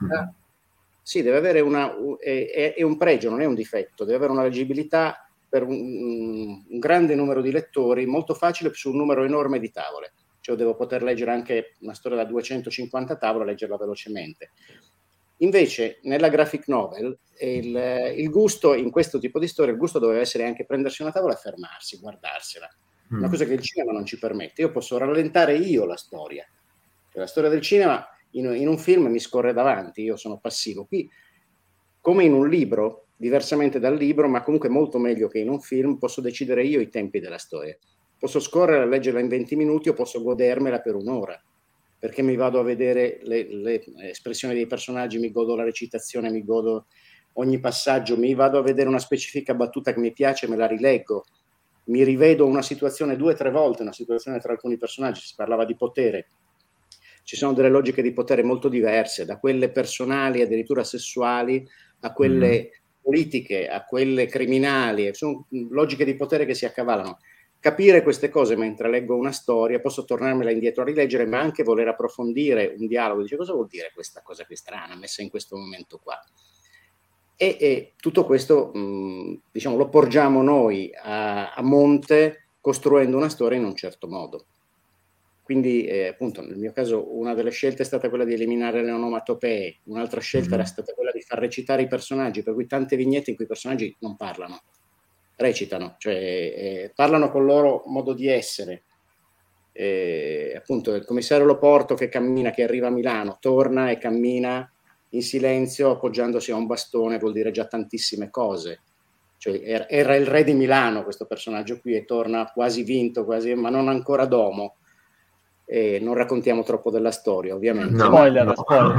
Speaker 5: è un pregio, non è un difetto, deve avere una leggibilità per un grande numero di lettori, molto facile su un numero enorme di tavole. Cioè devo poter leggere anche una storia da 250 tavole, leggerla velocemente. Invece nella graphic novel il gusto, in questo tipo di storia, il gusto doveva essere anche prendersi una tavola e fermarsi, guardarsela. Una cosa che il cinema non ci permette. Io posso rallentare la storia. Cioè, la storia del cinema in un film mi scorre davanti, io sono passivo. Qui, come in un libro, diversamente dal libro, ma comunque molto meglio che in un film, posso decidere io i tempi della storia. Posso scorrere a leggerla in 20 minuti o posso godermela per un'ora, perché mi vado a vedere le espressioni dei personaggi, mi godo la recitazione, mi godo ogni passaggio, mi vado a vedere una specifica battuta che mi piace, me la rileggo, mi rivedo una situazione 2 o 3 volte, una situazione tra alcuni personaggi, si parlava di potere, ci sono delle logiche di potere molto diverse, da quelle personali addirittura sessuali a quelle politiche, a quelle criminali, sono logiche di potere che si accavallano. Capire queste cose mentre leggo una storia, posso tornarmela indietro a rileggere, ma anche voler approfondire un dialogo, dice cosa vuol dire questa cosa qui strana messa in questo momento qua. E tutto questo diciamo lo porgiamo noi a monte costruendo una storia in un certo modo. Quindi appunto nel mio caso una delle scelte è stata quella di eliminare le onomatopee, un'altra scelta era stata quella di far recitare i personaggi, per cui tante vignette in cui i personaggi non parlano, recitano, cioè parlano col loro modo di essere. Appunto il commissario Loporto che cammina, che arriva a Milano, torna e cammina in silenzio appoggiandosi a un bastone, vuol dire già tantissime cose. Cioè, era il re di Milano questo personaggio qui e torna quasi vinto, quasi, ma non ancora domo. Non raccontiamo troppo della storia, ovviamente.
Speaker 2: No,
Speaker 4: spoiler,
Speaker 2: no.
Speaker 4: spoiler.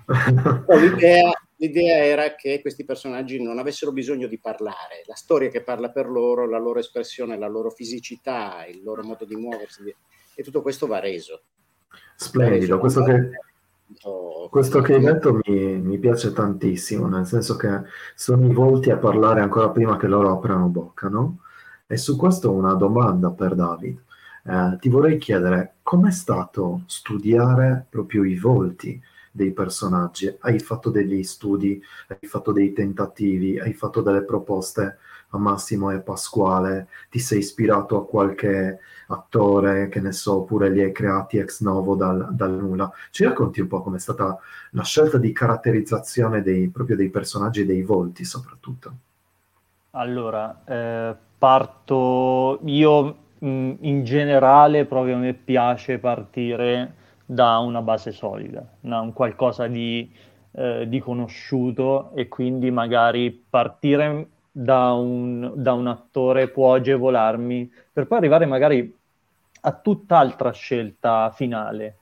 Speaker 5: L'idea era che questi personaggi non avessero bisogno di parlare, la storia che parla per loro, la loro espressione, la loro fisicità, il loro modo di muoversi, e tutto questo va reso.
Speaker 2: Splendido, questo che hai detto mi piace tantissimo, nel senso che sono i volti a parlare ancora prima che loro aprano bocca, no? E su questo una domanda per David. Ti vorrei chiedere com'è stato studiare proprio i volti dei personaggi? Hai fatto degli studi, hai fatto dei tentativi, hai fatto delle proposte a Massimo e Pasquale, ti sei ispirato a qualche attore, che ne so, oppure li hai creati ex novo dal nulla? Ci racconti un po' com'è stata la scelta di caratterizzazione proprio dei personaggi e dei volti soprattutto?
Speaker 4: Allora, parto io in generale, proprio a me piace partire da una base solida, da un qualcosa di conosciuto, e quindi magari partire da un attore può agevolarmi per poi arrivare magari a tutt'altra scelta finale.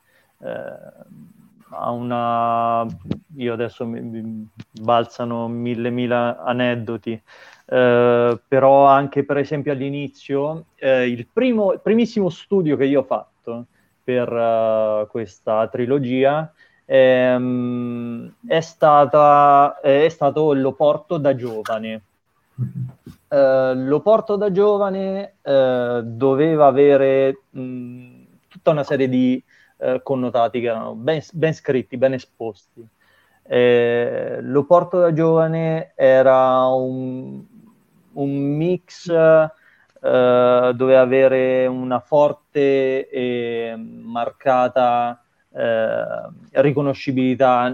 Speaker 4: Io adesso mi balzano mille aneddoti. Però anche per esempio all'inizio il primissimo studio che io ho fatto per questa trilogia è stato L'Oporto da giovane. L'Oporto da giovane doveva avere tutta una serie di connotati che erano ben scritti, ben esposti. L'Oporto da giovane era un mix, doveva avere una forte e marcata riconoscibilità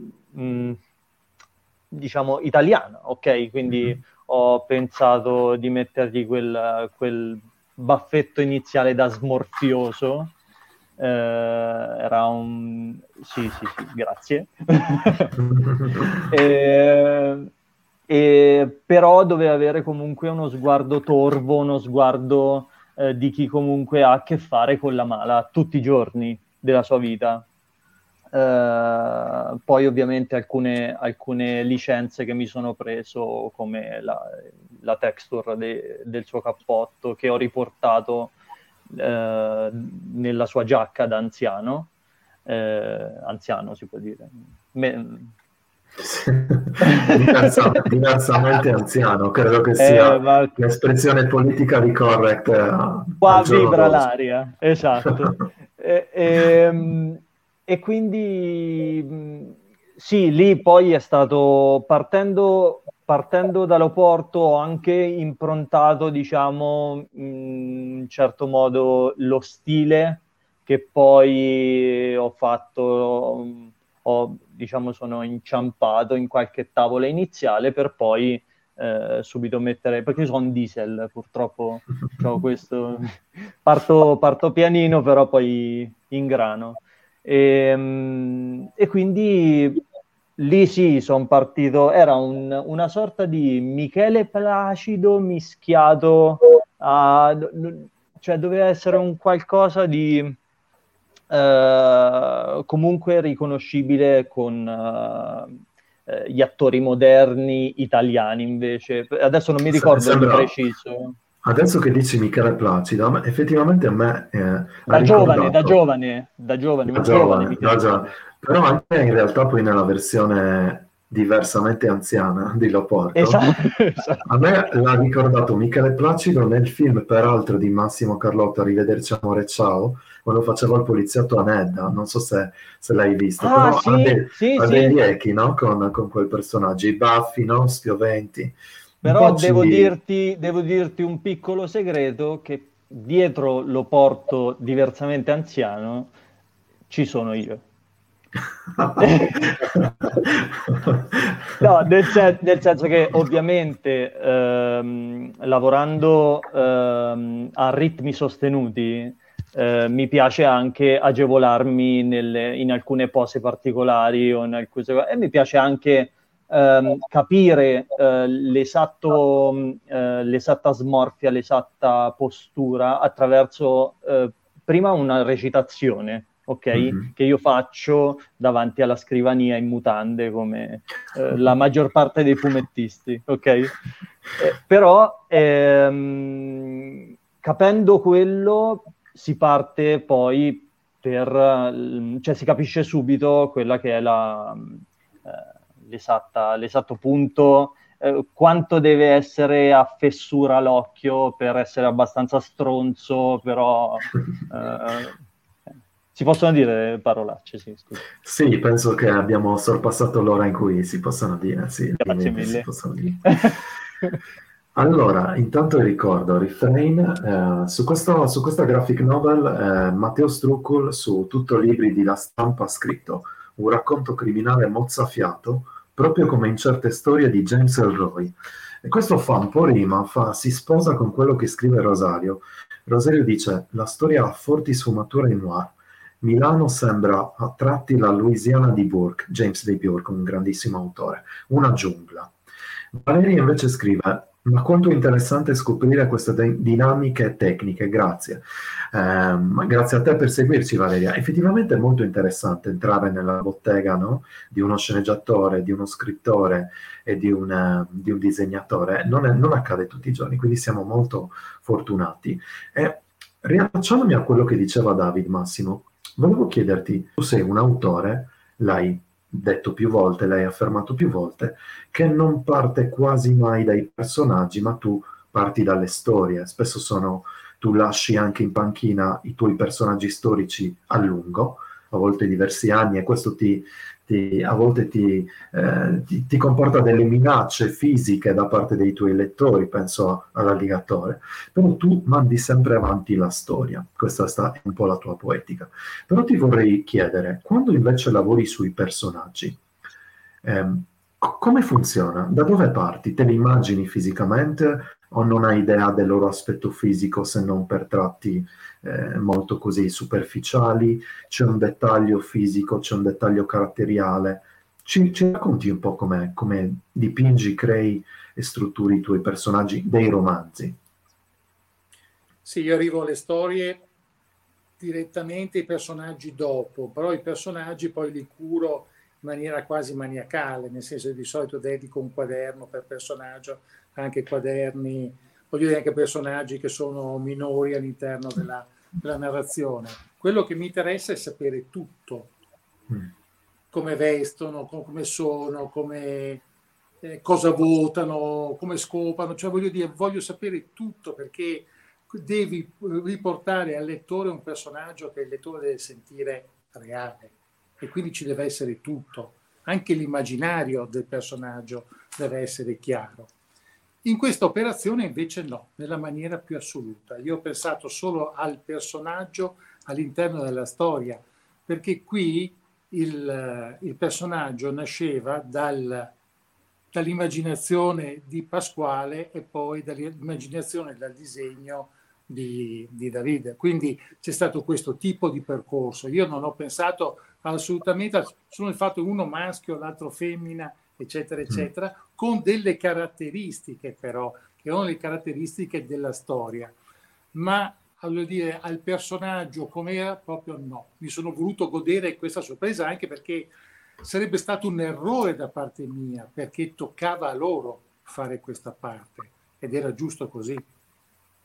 Speaker 4: diciamo italiana, ok? Quindi ho pensato di mettergli quel baffetto iniziale da smorfioso. Era un... Sì, grazie. Però doveva avere comunque uno sguardo torvo, uno sguardo di chi comunque ha a che fare con la mala tutti i giorni della sua vita. Poi ovviamente alcune licenze che mi sono preso, come la texture del suo cappotto, che ho riportato nella sua giacca da anziano, si può dire.
Speaker 2: Diversamente anziano, credo che sia l'espressione politica di correct.
Speaker 4: Qua vibra l'aria, esatto. E quindi sì, lì poi è stato partendo dall'Oporto, ho anche improntato, diciamo, in certo modo lo stile che poi ho fatto, diciamo, sono inciampato in qualche tavola iniziale per poi subito mettere, perché io sono un diesel, purtroppo c'ho questo, parto pianino, però poi ingrano. E quindi lì sì, sono partito, era una sorta di Michele Placido mischiato a... cioè doveva essere un qualcosa di comunque riconoscibile con gli attori moderni italiani, invece. Adesso non mi ricordo di preciso.
Speaker 2: Adesso che dici Michele Placido, effettivamente a me ha
Speaker 4: Da giovane,
Speaker 2: ricordato
Speaker 4: un
Speaker 2: da
Speaker 4: giovane
Speaker 2: giovane,
Speaker 4: Michele Placido.
Speaker 2: però anche in realtà poi nella versione diversamente anziana di Loporto,
Speaker 4: Esatto.
Speaker 2: a me l'ha ricordato Michele Placido nel film, peraltro, di Massimo Carlotta, Arrivederci amore ciao, quando faceva il poliziotto a Nedda, non so se l'hai visto,
Speaker 4: Ah,
Speaker 2: però
Speaker 4: sì, sì,
Speaker 2: ha degli
Speaker 4: sì.
Speaker 2: echi, no? Con quel personaggio, i baffi, no? Spioventi. Un
Speaker 4: Però
Speaker 2: po' ci...
Speaker 4: devo dirti un piccolo segreto, che dietro lo porto diversamente anziano, ci sono io. No, nel senso che ovviamente lavorando a ritmi sostenuti, mi piace anche agevolarmi in alcune pose particolari o in alcune, e mi piace anche capire l'esatta smorfia, l'esatta postura attraverso prima una recitazione, ok?
Speaker 2: Mhm.
Speaker 4: Che io faccio davanti alla scrivania in mutande, come la maggior parte dei fumettisti, ok? Però capendo quello si parte poi cioè si capisce subito quella che è l'esatto punto, quanto deve essere a fessura l'occhio per essere abbastanza stronzo, però si possono dire parolacce, sì, scusa.
Speaker 2: Sì, penso che abbiamo sorpassato l'ora in cui si possono dire, sì,
Speaker 4: Grazie
Speaker 2: ovviamente si
Speaker 4: mille.
Speaker 2: possono dire. Allora, intanto ricordo, Refrain, su questa graphic novel, Matteo Struccul, su Tutto Libri di La Stampa, ha scritto un racconto criminale mozzafiato, proprio come in certe storie di James Ellroy. E questo fa un po' rima, si sposa con quello che scrive Rosario. Rosario dice, la storia ha forti sfumature in noir. Milano sembra a tratti la Louisiana di Burke, James Day Burke, un grandissimo autore, una giungla. Valeria invece scrive, ma quanto interessante scoprire queste dinamiche tecniche, grazie. Grazie a te per seguirci, Valeria. Effettivamente è molto interessante entrare nella bottega, no? Di uno sceneggiatore, di uno scrittore e di un disegnatore. Non accade tutti i giorni, quindi siamo molto fortunati. E riallacciandomi a quello che diceva David, Massimo, volevo chiederti, tu sei un autore, l'hai detto più volte, l'hai affermato più volte, che non parte quasi mai dai personaggi, ma tu parti dalle storie. Tu lasci anche in panchina i tuoi personaggi storici a lungo, a volte diversi anni, e questo a volte ti comporta delle minacce fisiche da parte dei tuoi lettori, penso all'alligatore, però tu mandi sempre avanti la storia, questa è un po' la tua poetica. Però ti vorrei chiedere, quando invece lavori sui personaggi, come funziona? Da dove parti? Te li immagini fisicamente o non hai idea del loro aspetto fisico se non per tratti molto così superficiali? C'è un dettaglio fisico, c'è un dettaglio caratteriale? Ci racconti un po' come dipingi, crei e strutturi i tuoi personaggi dei romanzi?
Speaker 3: Sì, io arrivo alle storie direttamente, i personaggi dopo, però i personaggi poi li curo in maniera quasi maniacale, nel senso che di solito dedico un quaderno per personaggio, anche quaderni, voglio dire anche personaggi che sono minori all'interno della narrazione. Quello che mi interessa è sapere tutto, come vestono, come sono, cosa votano, come scopano, cioè voglio dire, voglio sapere tutto, perché devi riportare al lettore un personaggio che il lettore deve sentire reale, e quindi ci deve essere tutto, anche l'immaginario del personaggio deve essere chiaro. In questa operazione invece no, nella maniera più assoluta. Io ho pensato solo al personaggio all'interno della storia, perché qui il personaggio nasceva dall'immaginazione di Pasquale e poi dall'immaginazione dal disegno di Davide. Quindi c'è stato questo tipo di percorso. Io non ho pensato assolutamente solo il fatto uno maschio, l'altro femmina, eccetera, eccetera, con delle caratteristiche però, che sono le caratteristiche della storia. Ma voglio dire, al personaggio com'era, proprio no. Mi sono voluto godere questa sorpresa, anche perché sarebbe stato un errore da parte mia, perché toccava a loro fare questa parte ed era giusto così.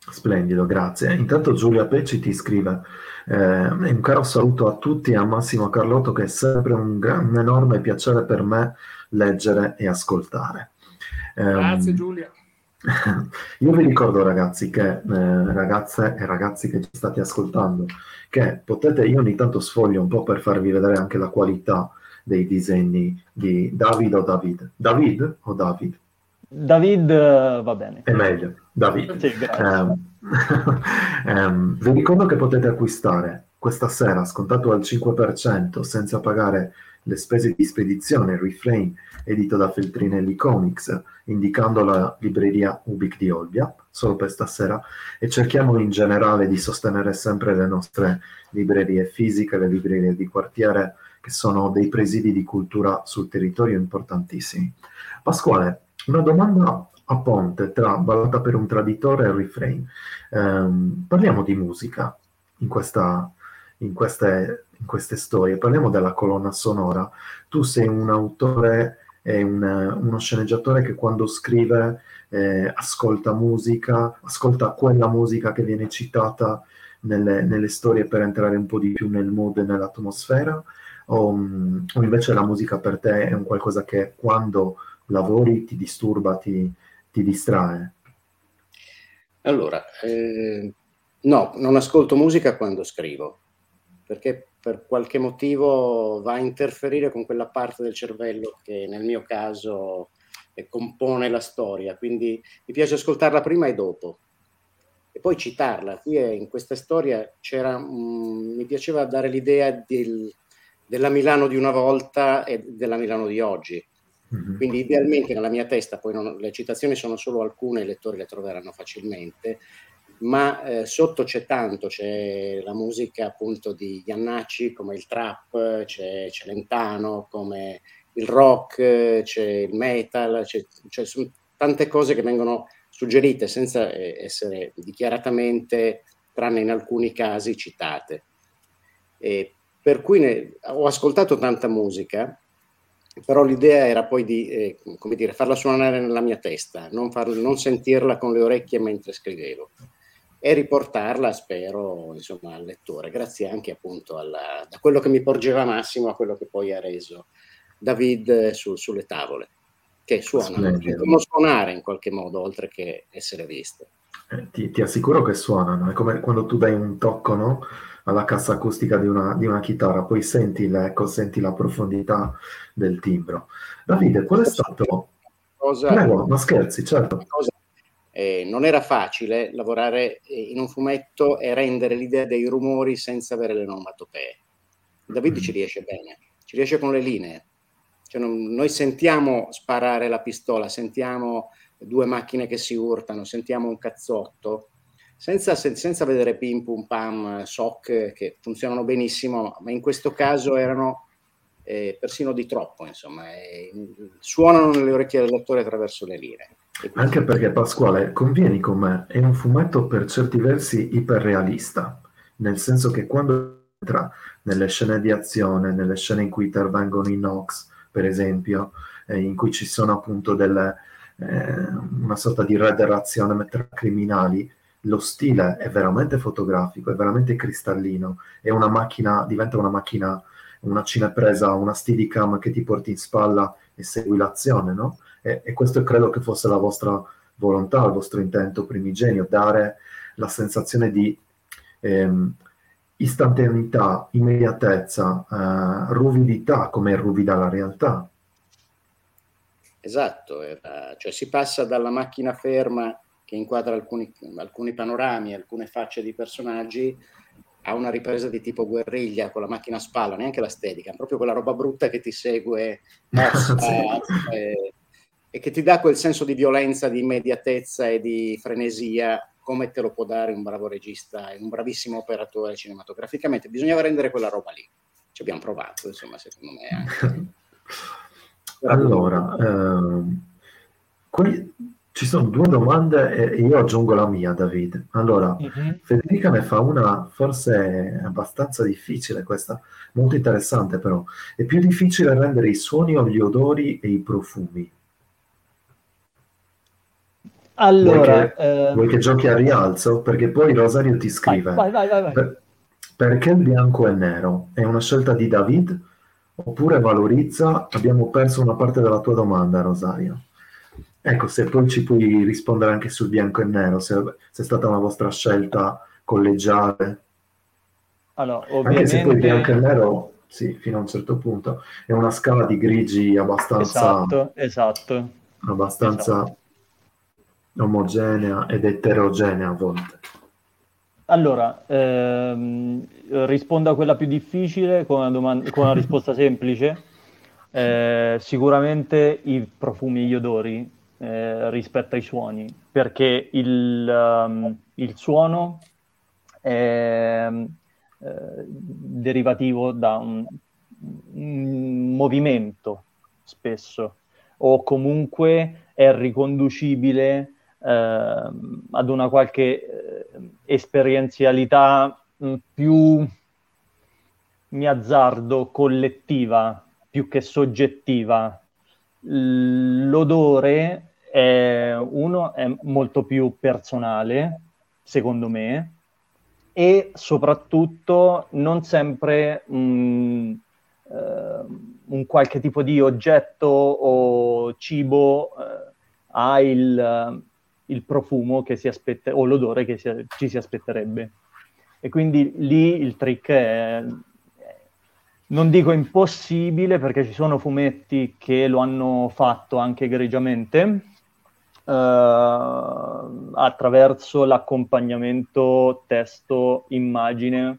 Speaker 2: Splendido, grazie. Intanto Giulia Pecci ti scrive un caro saluto a tutti e a Massimo Carlotto, che è sempre un enorme piacere per me leggere e ascoltare.
Speaker 3: Grazie Giulia.
Speaker 2: Io vi ricordo, ragazzi, che ragazze e ragazzi che ci state ascoltando, che potete, io ogni tanto sfoglio un po' per farvi vedere anche la qualità dei disegni di David o David. David o David?
Speaker 4: David va bene.
Speaker 2: È meglio, David.
Speaker 4: Sì, grazie.
Speaker 2: Vi ricordo che potete acquistare questa sera scontato al 5% senza pagare le spese di spedizione Refrain, edito da Feltrinelli Comics, indicando la libreria Ubik di Olbia, solo per stasera, e cerchiamo in generale di sostenere sempre le nostre librerie fisiche, le librerie di quartiere, che sono dei presidi di cultura sul territorio importantissimi. Pasquale, una domanda a ponte tra Ballata per un traditore e Refrain. Parliamo di musica in queste storie, parliamo della colonna sonora. Tu sei un autore e uno sceneggiatore che quando scrive ascolta musica, ascolta quella musica che viene citata nelle storie per entrare un po' di più nel mood e nell'atmosfera, o invece la musica per te è un qualcosa che quando lavori ti disturba, ti distrae?
Speaker 5: Allora, no, non ascolto musica quando scrivo, perché per qualche motivo va a interferire con quella parte del cervello che nel mio caso compone la storia, quindi mi piace ascoltarla prima e dopo, e poi citarla. Qui in questa storia mi piaceva dare l'idea della Milano di una volta e della Milano di oggi. Quindi idealmente nella mia testa, poi le citazioni sono solo alcune, i lettori le troveranno facilmente, ma sotto c'è la musica appunto di Iannacci, come il trap, c'è Celentano, come il rock, c'è il metal, sono tante cose che vengono suggerite senza essere dichiaratamente, tranne in alcuni casi, citate. Per cui ho ascoltato tanta musica, però l'idea era poi di come dire, farla suonare nella mia testa, non sentirla con le orecchie mentre scrivevo, e riportarla, spero, insomma, al lettore, grazie anche appunto da quello che mi porgeva Massimo a quello che poi ha reso David sulle tavole, che suonano, devono suonare in qualche modo, oltre che essere viste.
Speaker 2: Ti assicuro che suonano, è come quando tu dai un tocco, no, alla cassa acustica di una chitarra, poi senti l'eco, senti la profondità del timbro. Davide, qual è stato... Prego, ma scherzi, certo.
Speaker 5: Non era facile lavorare in un fumetto e rendere l'idea dei rumori senza avere le onomatopee. David ci riesce bene, ci riesce con le linee. Cioè noi sentiamo sparare la pistola, sentiamo due macchine che si urtano, sentiamo un cazzotto, senza vedere pim pum pam, sock, che funzionano benissimo, ma in questo caso erano persino di troppo, insomma, suonano nelle orecchie del lettore attraverso le linee.
Speaker 2: Anche perché, Pasquale, convieni con me, è un fumetto per certi versi iperrealista, nel senso che quando entra nelle scene di azione, nelle scene in cui intervengono i Nox, per esempio, in cui ci sono appunto una sorta di redazione tra criminali, lo stile è veramente fotografico, è veramente cristallino, è una macchina, diventa una macchina, una cinepresa, una Steadicam che ti porti in spalla e segui l'azione, no? E questo credo che fosse la vostra volontà, il vostro intento primigenio, dare la sensazione di istantaneità, immediatezza, ruvidità, come è ruvida la realtà.
Speaker 5: Esatto, cioè si passa dalla macchina ferma che inquadra alcuni panorami, alcune facce di personaggi, a una ripresa di tipo guerriglia con la macchina a spalla, neanche la Steadicam, proprio quella roba brutta che ti segue mossa, e che ti dà quel senso di violenza, di immediatezza e di frenesia, come te lo può dare un bravo regista e un bravissimo operatore cinematograficamente. Bisognava rendere quella roba lì. Ci abbiamo provato, insomma, secondo me anche.
Speaker 2: Allora, qui ci sono due domande e io aggiungo la mia, David. Allora, Federica ne fa una forse abbastanza difficile, questa, molto interessante però. È più difficile rendere i suoni o gli odori e i profumi?
Speaker 4: Allora,
Speaker 2: vuoi che giochi a rialzo? Perché poi Rosario ti scrive:
Speaker 4: vai.
Speaker 2: perché il bianco è nero? È una scelta di David? Oppure valorizza? Abbiamo perso una parte della tua domanda, Rosario. Ecco, se poi ci puoi rispondere anche sul bianco e nero, se è stata una vostra scelta collegiale.
Speaker 4: Allora,
Speaker 2: Anche se poi bianco e
Speaker 4: ovviamente...
Speaker 2: nero, sì, fino a un certo punto, è una scala di grigi abbastanza
Speaker 4: Esatto.
Speaker 2: omogenea ed eterogenea a volte.
Speaker 4: Allora, rispondo a quella più difficile con una risposta semplice. Sicuramente i profumi e gli odori rispetto ai suoni, perché il suono è derivativo da un movimento spesso, o comunque è riconducibile ad una qualche esperienzialità più, mi azzardo, collettiva, più che soggettiva. L'odore è molto più personale, secondo me, e soprattutto non sempre un qualche tipo di oggetto o cibo ha il profumo che si aspetta, o l'odore che ci si aspetterebbe. E quindi lì il trick è, non dico impossibile, perché ci sono fumetti che lo hanno fatto anche egregiamente, attraverso l'accompagnamento testo-immagine.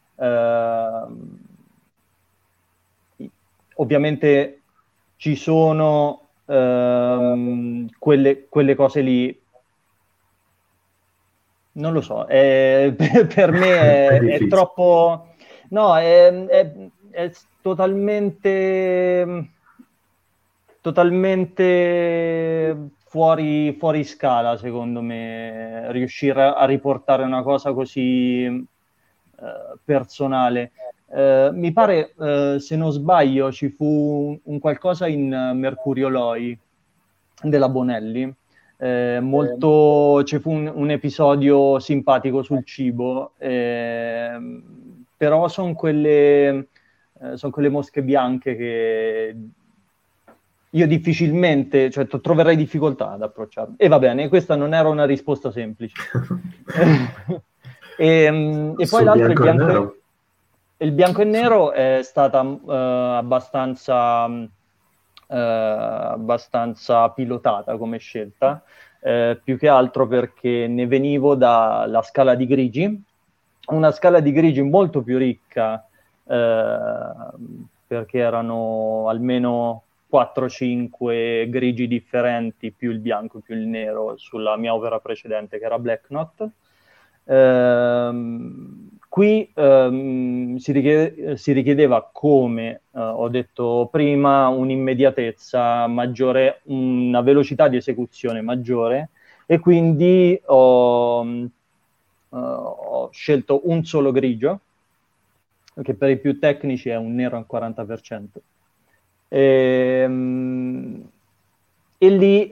Speaker 4: Ovviamente ci sono quelle cose lì, non lo so, per me è troppo... No, è totalmente fuori scala, secondo me, riuscire a riportare una cosa così personale. Mi pare, se non sbaglio, ci fu un qualcosa in Mercurio Loi della Bonelli. Ci fu un episodio simpatico sul cibo, però sono quelle mosche bianche che io difficilmente, cioè troverei difficoltà ad approcciarmi. E va bene, questa non era una risposta semplice. E poi l'altro, il bianco e nero è stata abbastanza pilotata come scelta, più che altro perché ne venivo dalla scala di grigi, una scala di grigi molto più ricca, perché erano almeno 4-5 grigi differenti, più il bianco più il nero, sulla mia opera precedente che era Black Knot. Qui si richiedeva, come ho detto prima, un'immediatezza maggiore, una velocità di esecuzione maggiore, e quindi ho scelto un solo grigio, che per i più tecnici è un nero al 40%. E lì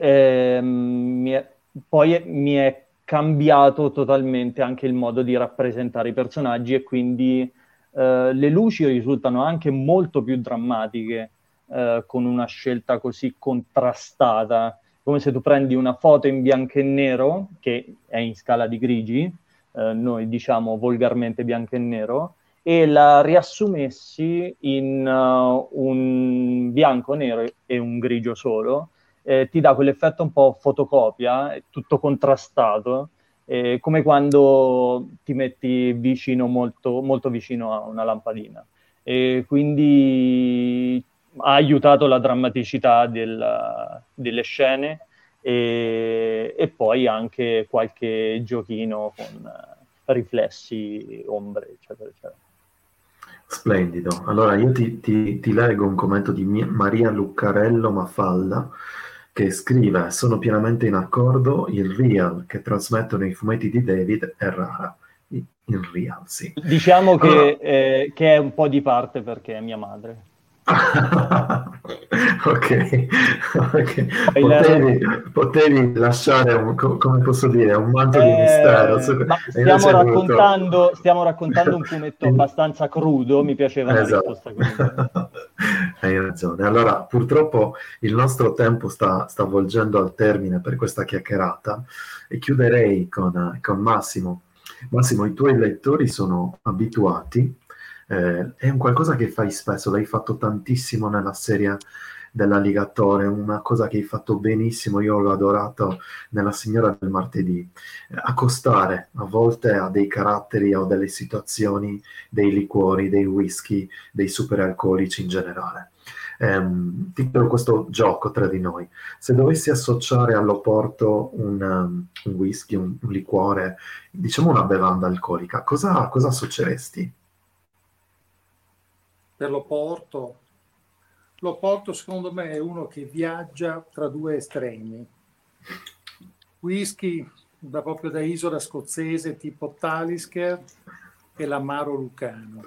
Speaker 4: poi mi è cambiato totalmente anche il modo di rappresentare i personaggi, e quindi le luci risultano anche molto più drammatiche con una scelta così contrastata, come se tu prendi una foto in bianco e nero, che è in scala di grigi, noi diciamo volgarmente bianco e nero, e la riassumessi in un bianco, nero e un grigio solo. Ti dà quell'effetto un po' fotocopia, tutto contrastato, come quando ti metti vicino, molto, molto vicino a una lampadina. E quindi ha aiutato la drammaticità delle scene, e poi anche qualche giochino con riflessi, ombre, eccetera, eccetera.
Speaker 2: Splendido. Allora io ti leggo un commento di Maria Luccarello Mafalda, che scrive: sono pienamente in accordo, il real che trasmettono i fumetti di David è rara. Il real, sì.
Speaker 4: Diciamo che è un po' di parte, perché è mia madre.
Speaker 2: Ok. Potevi lasciare come posso dire, un manto di mistero.
Speaker 4: Ma stiamo raccontando un fumetto abbastanza crudo, mi piaceva una risposta così.
Speaker 2: Hai ragione. Allora, purtroppo il nostro tempo sta volgendo al termine per questa chiacchierata e chiuderei con Massimo. Massimo, i tuoi lettori sono abituati, è un qualcosa che fai spesso, l'hai fatto tantissimo nella serie dell'alligatore, una cosa che hai fatto benissimo, io l'ho adorato nella Signora del Martedì, accostare a volte a dei caratteri o delle situazioni, dei liquori, dei whisky, dei superalcolici in generale. Ti chiedo questo gioco tra di noi, se dovessi associare all'Oporto un whisky, un liquore, diciamo una bevanda alcolica, cosa associeresti?
Speaker 3: Per l'Oporto secondo me è uno che viaggia tra due estremi. Whisky proprio da isola scozzese tipo Talisker e l'amaro lucano,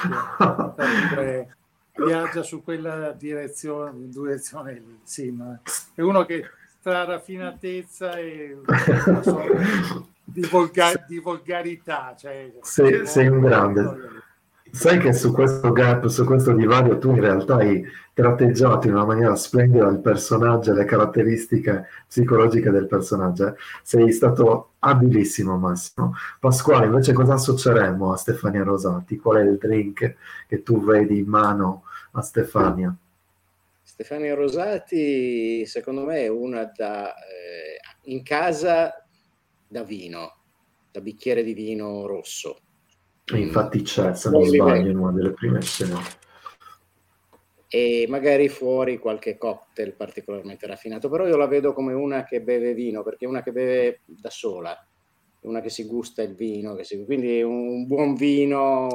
Speaker 3: viaggia su quella direzione lì, sì, ma è uno che tra raffinatezza e di volgarità, cioè,
Speaker 2: sei un grande. Sai che su questo gap, su questo divario, tu in realtà hai tratteggiato in una maniera splendida il personaggio e le caratteristiche psicologiche del personaggio. Sei stato abilissimo, Massimo. Pasquale, invece cosa associeremmo a Stefania Rosati? Qual è il drink che tu vedi in mano a Stefania?
Speaker 5: Stefania Rosati, secondo me, è una in casa da vino, da bicchiere di vino rosso.
Speaker 2: Infatti c'è, se non sbaglio, in una delle prime scene.
Speaker 5: E magari fuori qualche cocktail particolarmente raffinato, però io la vedo come una che beve vino, perché è una che beve da sola, una che si gusta il vino, quindi un buon vino,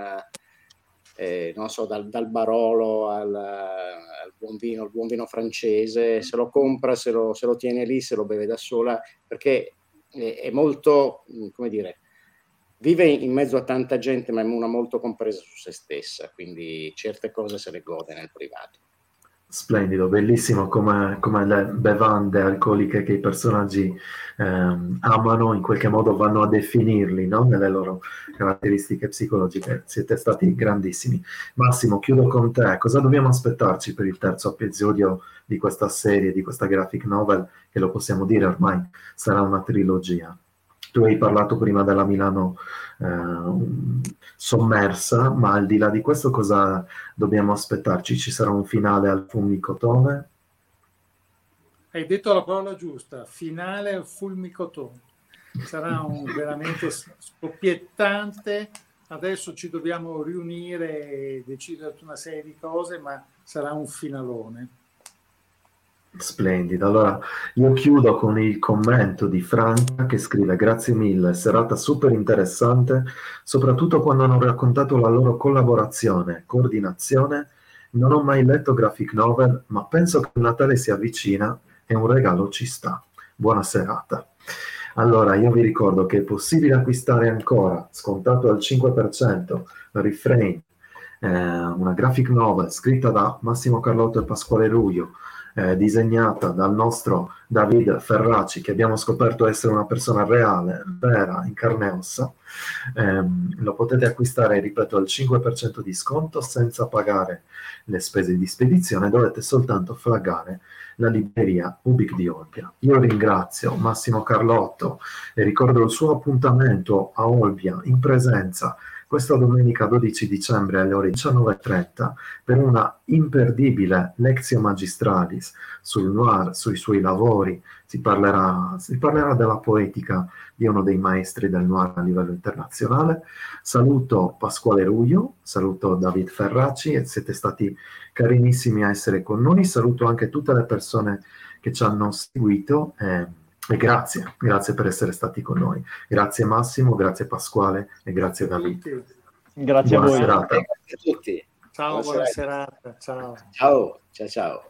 Speaker 5: non so, dal Barolo al buon vino francese, se lo compra, se lo tiene lì, se lo beve da sola, perché è molto, come dire, vive in mezzo a tanta gente, ma è una molto compresa su se stessa, quindi certe cose se le gode nel privato.
Speaker 2: Splendido, bellissimo come le bevande alcoliche che i personaggi amano, in qualche modo vanno a definirli, no? Nelle loro caratteristiche psicologiche. Siete stati grandissimi. Massimo, chiudo con te. Cosa dobbiamo aspettarci per il terzo episodio di questa serie, di questa graphic novel, che lo possiamo dire ormai sarà una trilogia? Tu hai parlato prima della Milano sommersa, ma al di là di questo cosa dobbiamo aspettarci? Ci sarà un finale al fulmicotone?
Speaker 3: Hai detto la parola giusta, finale al fulmicotone. Sarà veramente scoppiettante. Adesso ci dobbiamo riunire e decidere una serie di cose, ma sarà un finalone.
Speaker 2: Splendido. Allora io chiudo con il commento di Franca che scrive: grazie mille, serata super interessante, soprattutto quando hanno raccontato la loro collaborazione, coordinazione. Non ho mai letto graphic novel, ma penso che il Natale si avvicina e un regalo ci sta. Buona serata. Allora io vi ricordo che è possibile acquistare ancora, scontato al 5%, Refrain, una graphic novel scritta da Massimo Carlotto e Pasquale Ruio, disegnata dal nostro David Ferraci, che abbiamo scoperto essere una persona reale, vera, in carne e ossa. Lo potete acquistare, ripeto, al 5% di sconto senza pagare le spese di spedizione, dovete soltanto flaggare la libreria Ubic di Olbia. Io ringrazio Massimo Carlotto e ricordo il suo appuntamento a Olbia in presenza questa domenica 12 dicembre alle ore 19:30 per una imperdibile Lectio Magistralis sul noir, sui suoi lavori. Si parlerà della poetica di uno dei maestri del noir a livello internazionale. Saluto Pasquale Ruio, saluto David Ferraci e siete stati carinissimi a essere con noi. Saluto anche tutte le persone che ci hanno seguito e grazie per essere stati con noi. Grazie Massimo, grazie Pasquale e grazie David.
Speaker 4: Grazie
Speaker 2: buona
Speaker 4: a voi.
Speaker 2: Serata.
Speaker 5: Grazie a tutti.
Speaker 3: Ciao, buona serata. Ciao.
Speaker 5: Ciao.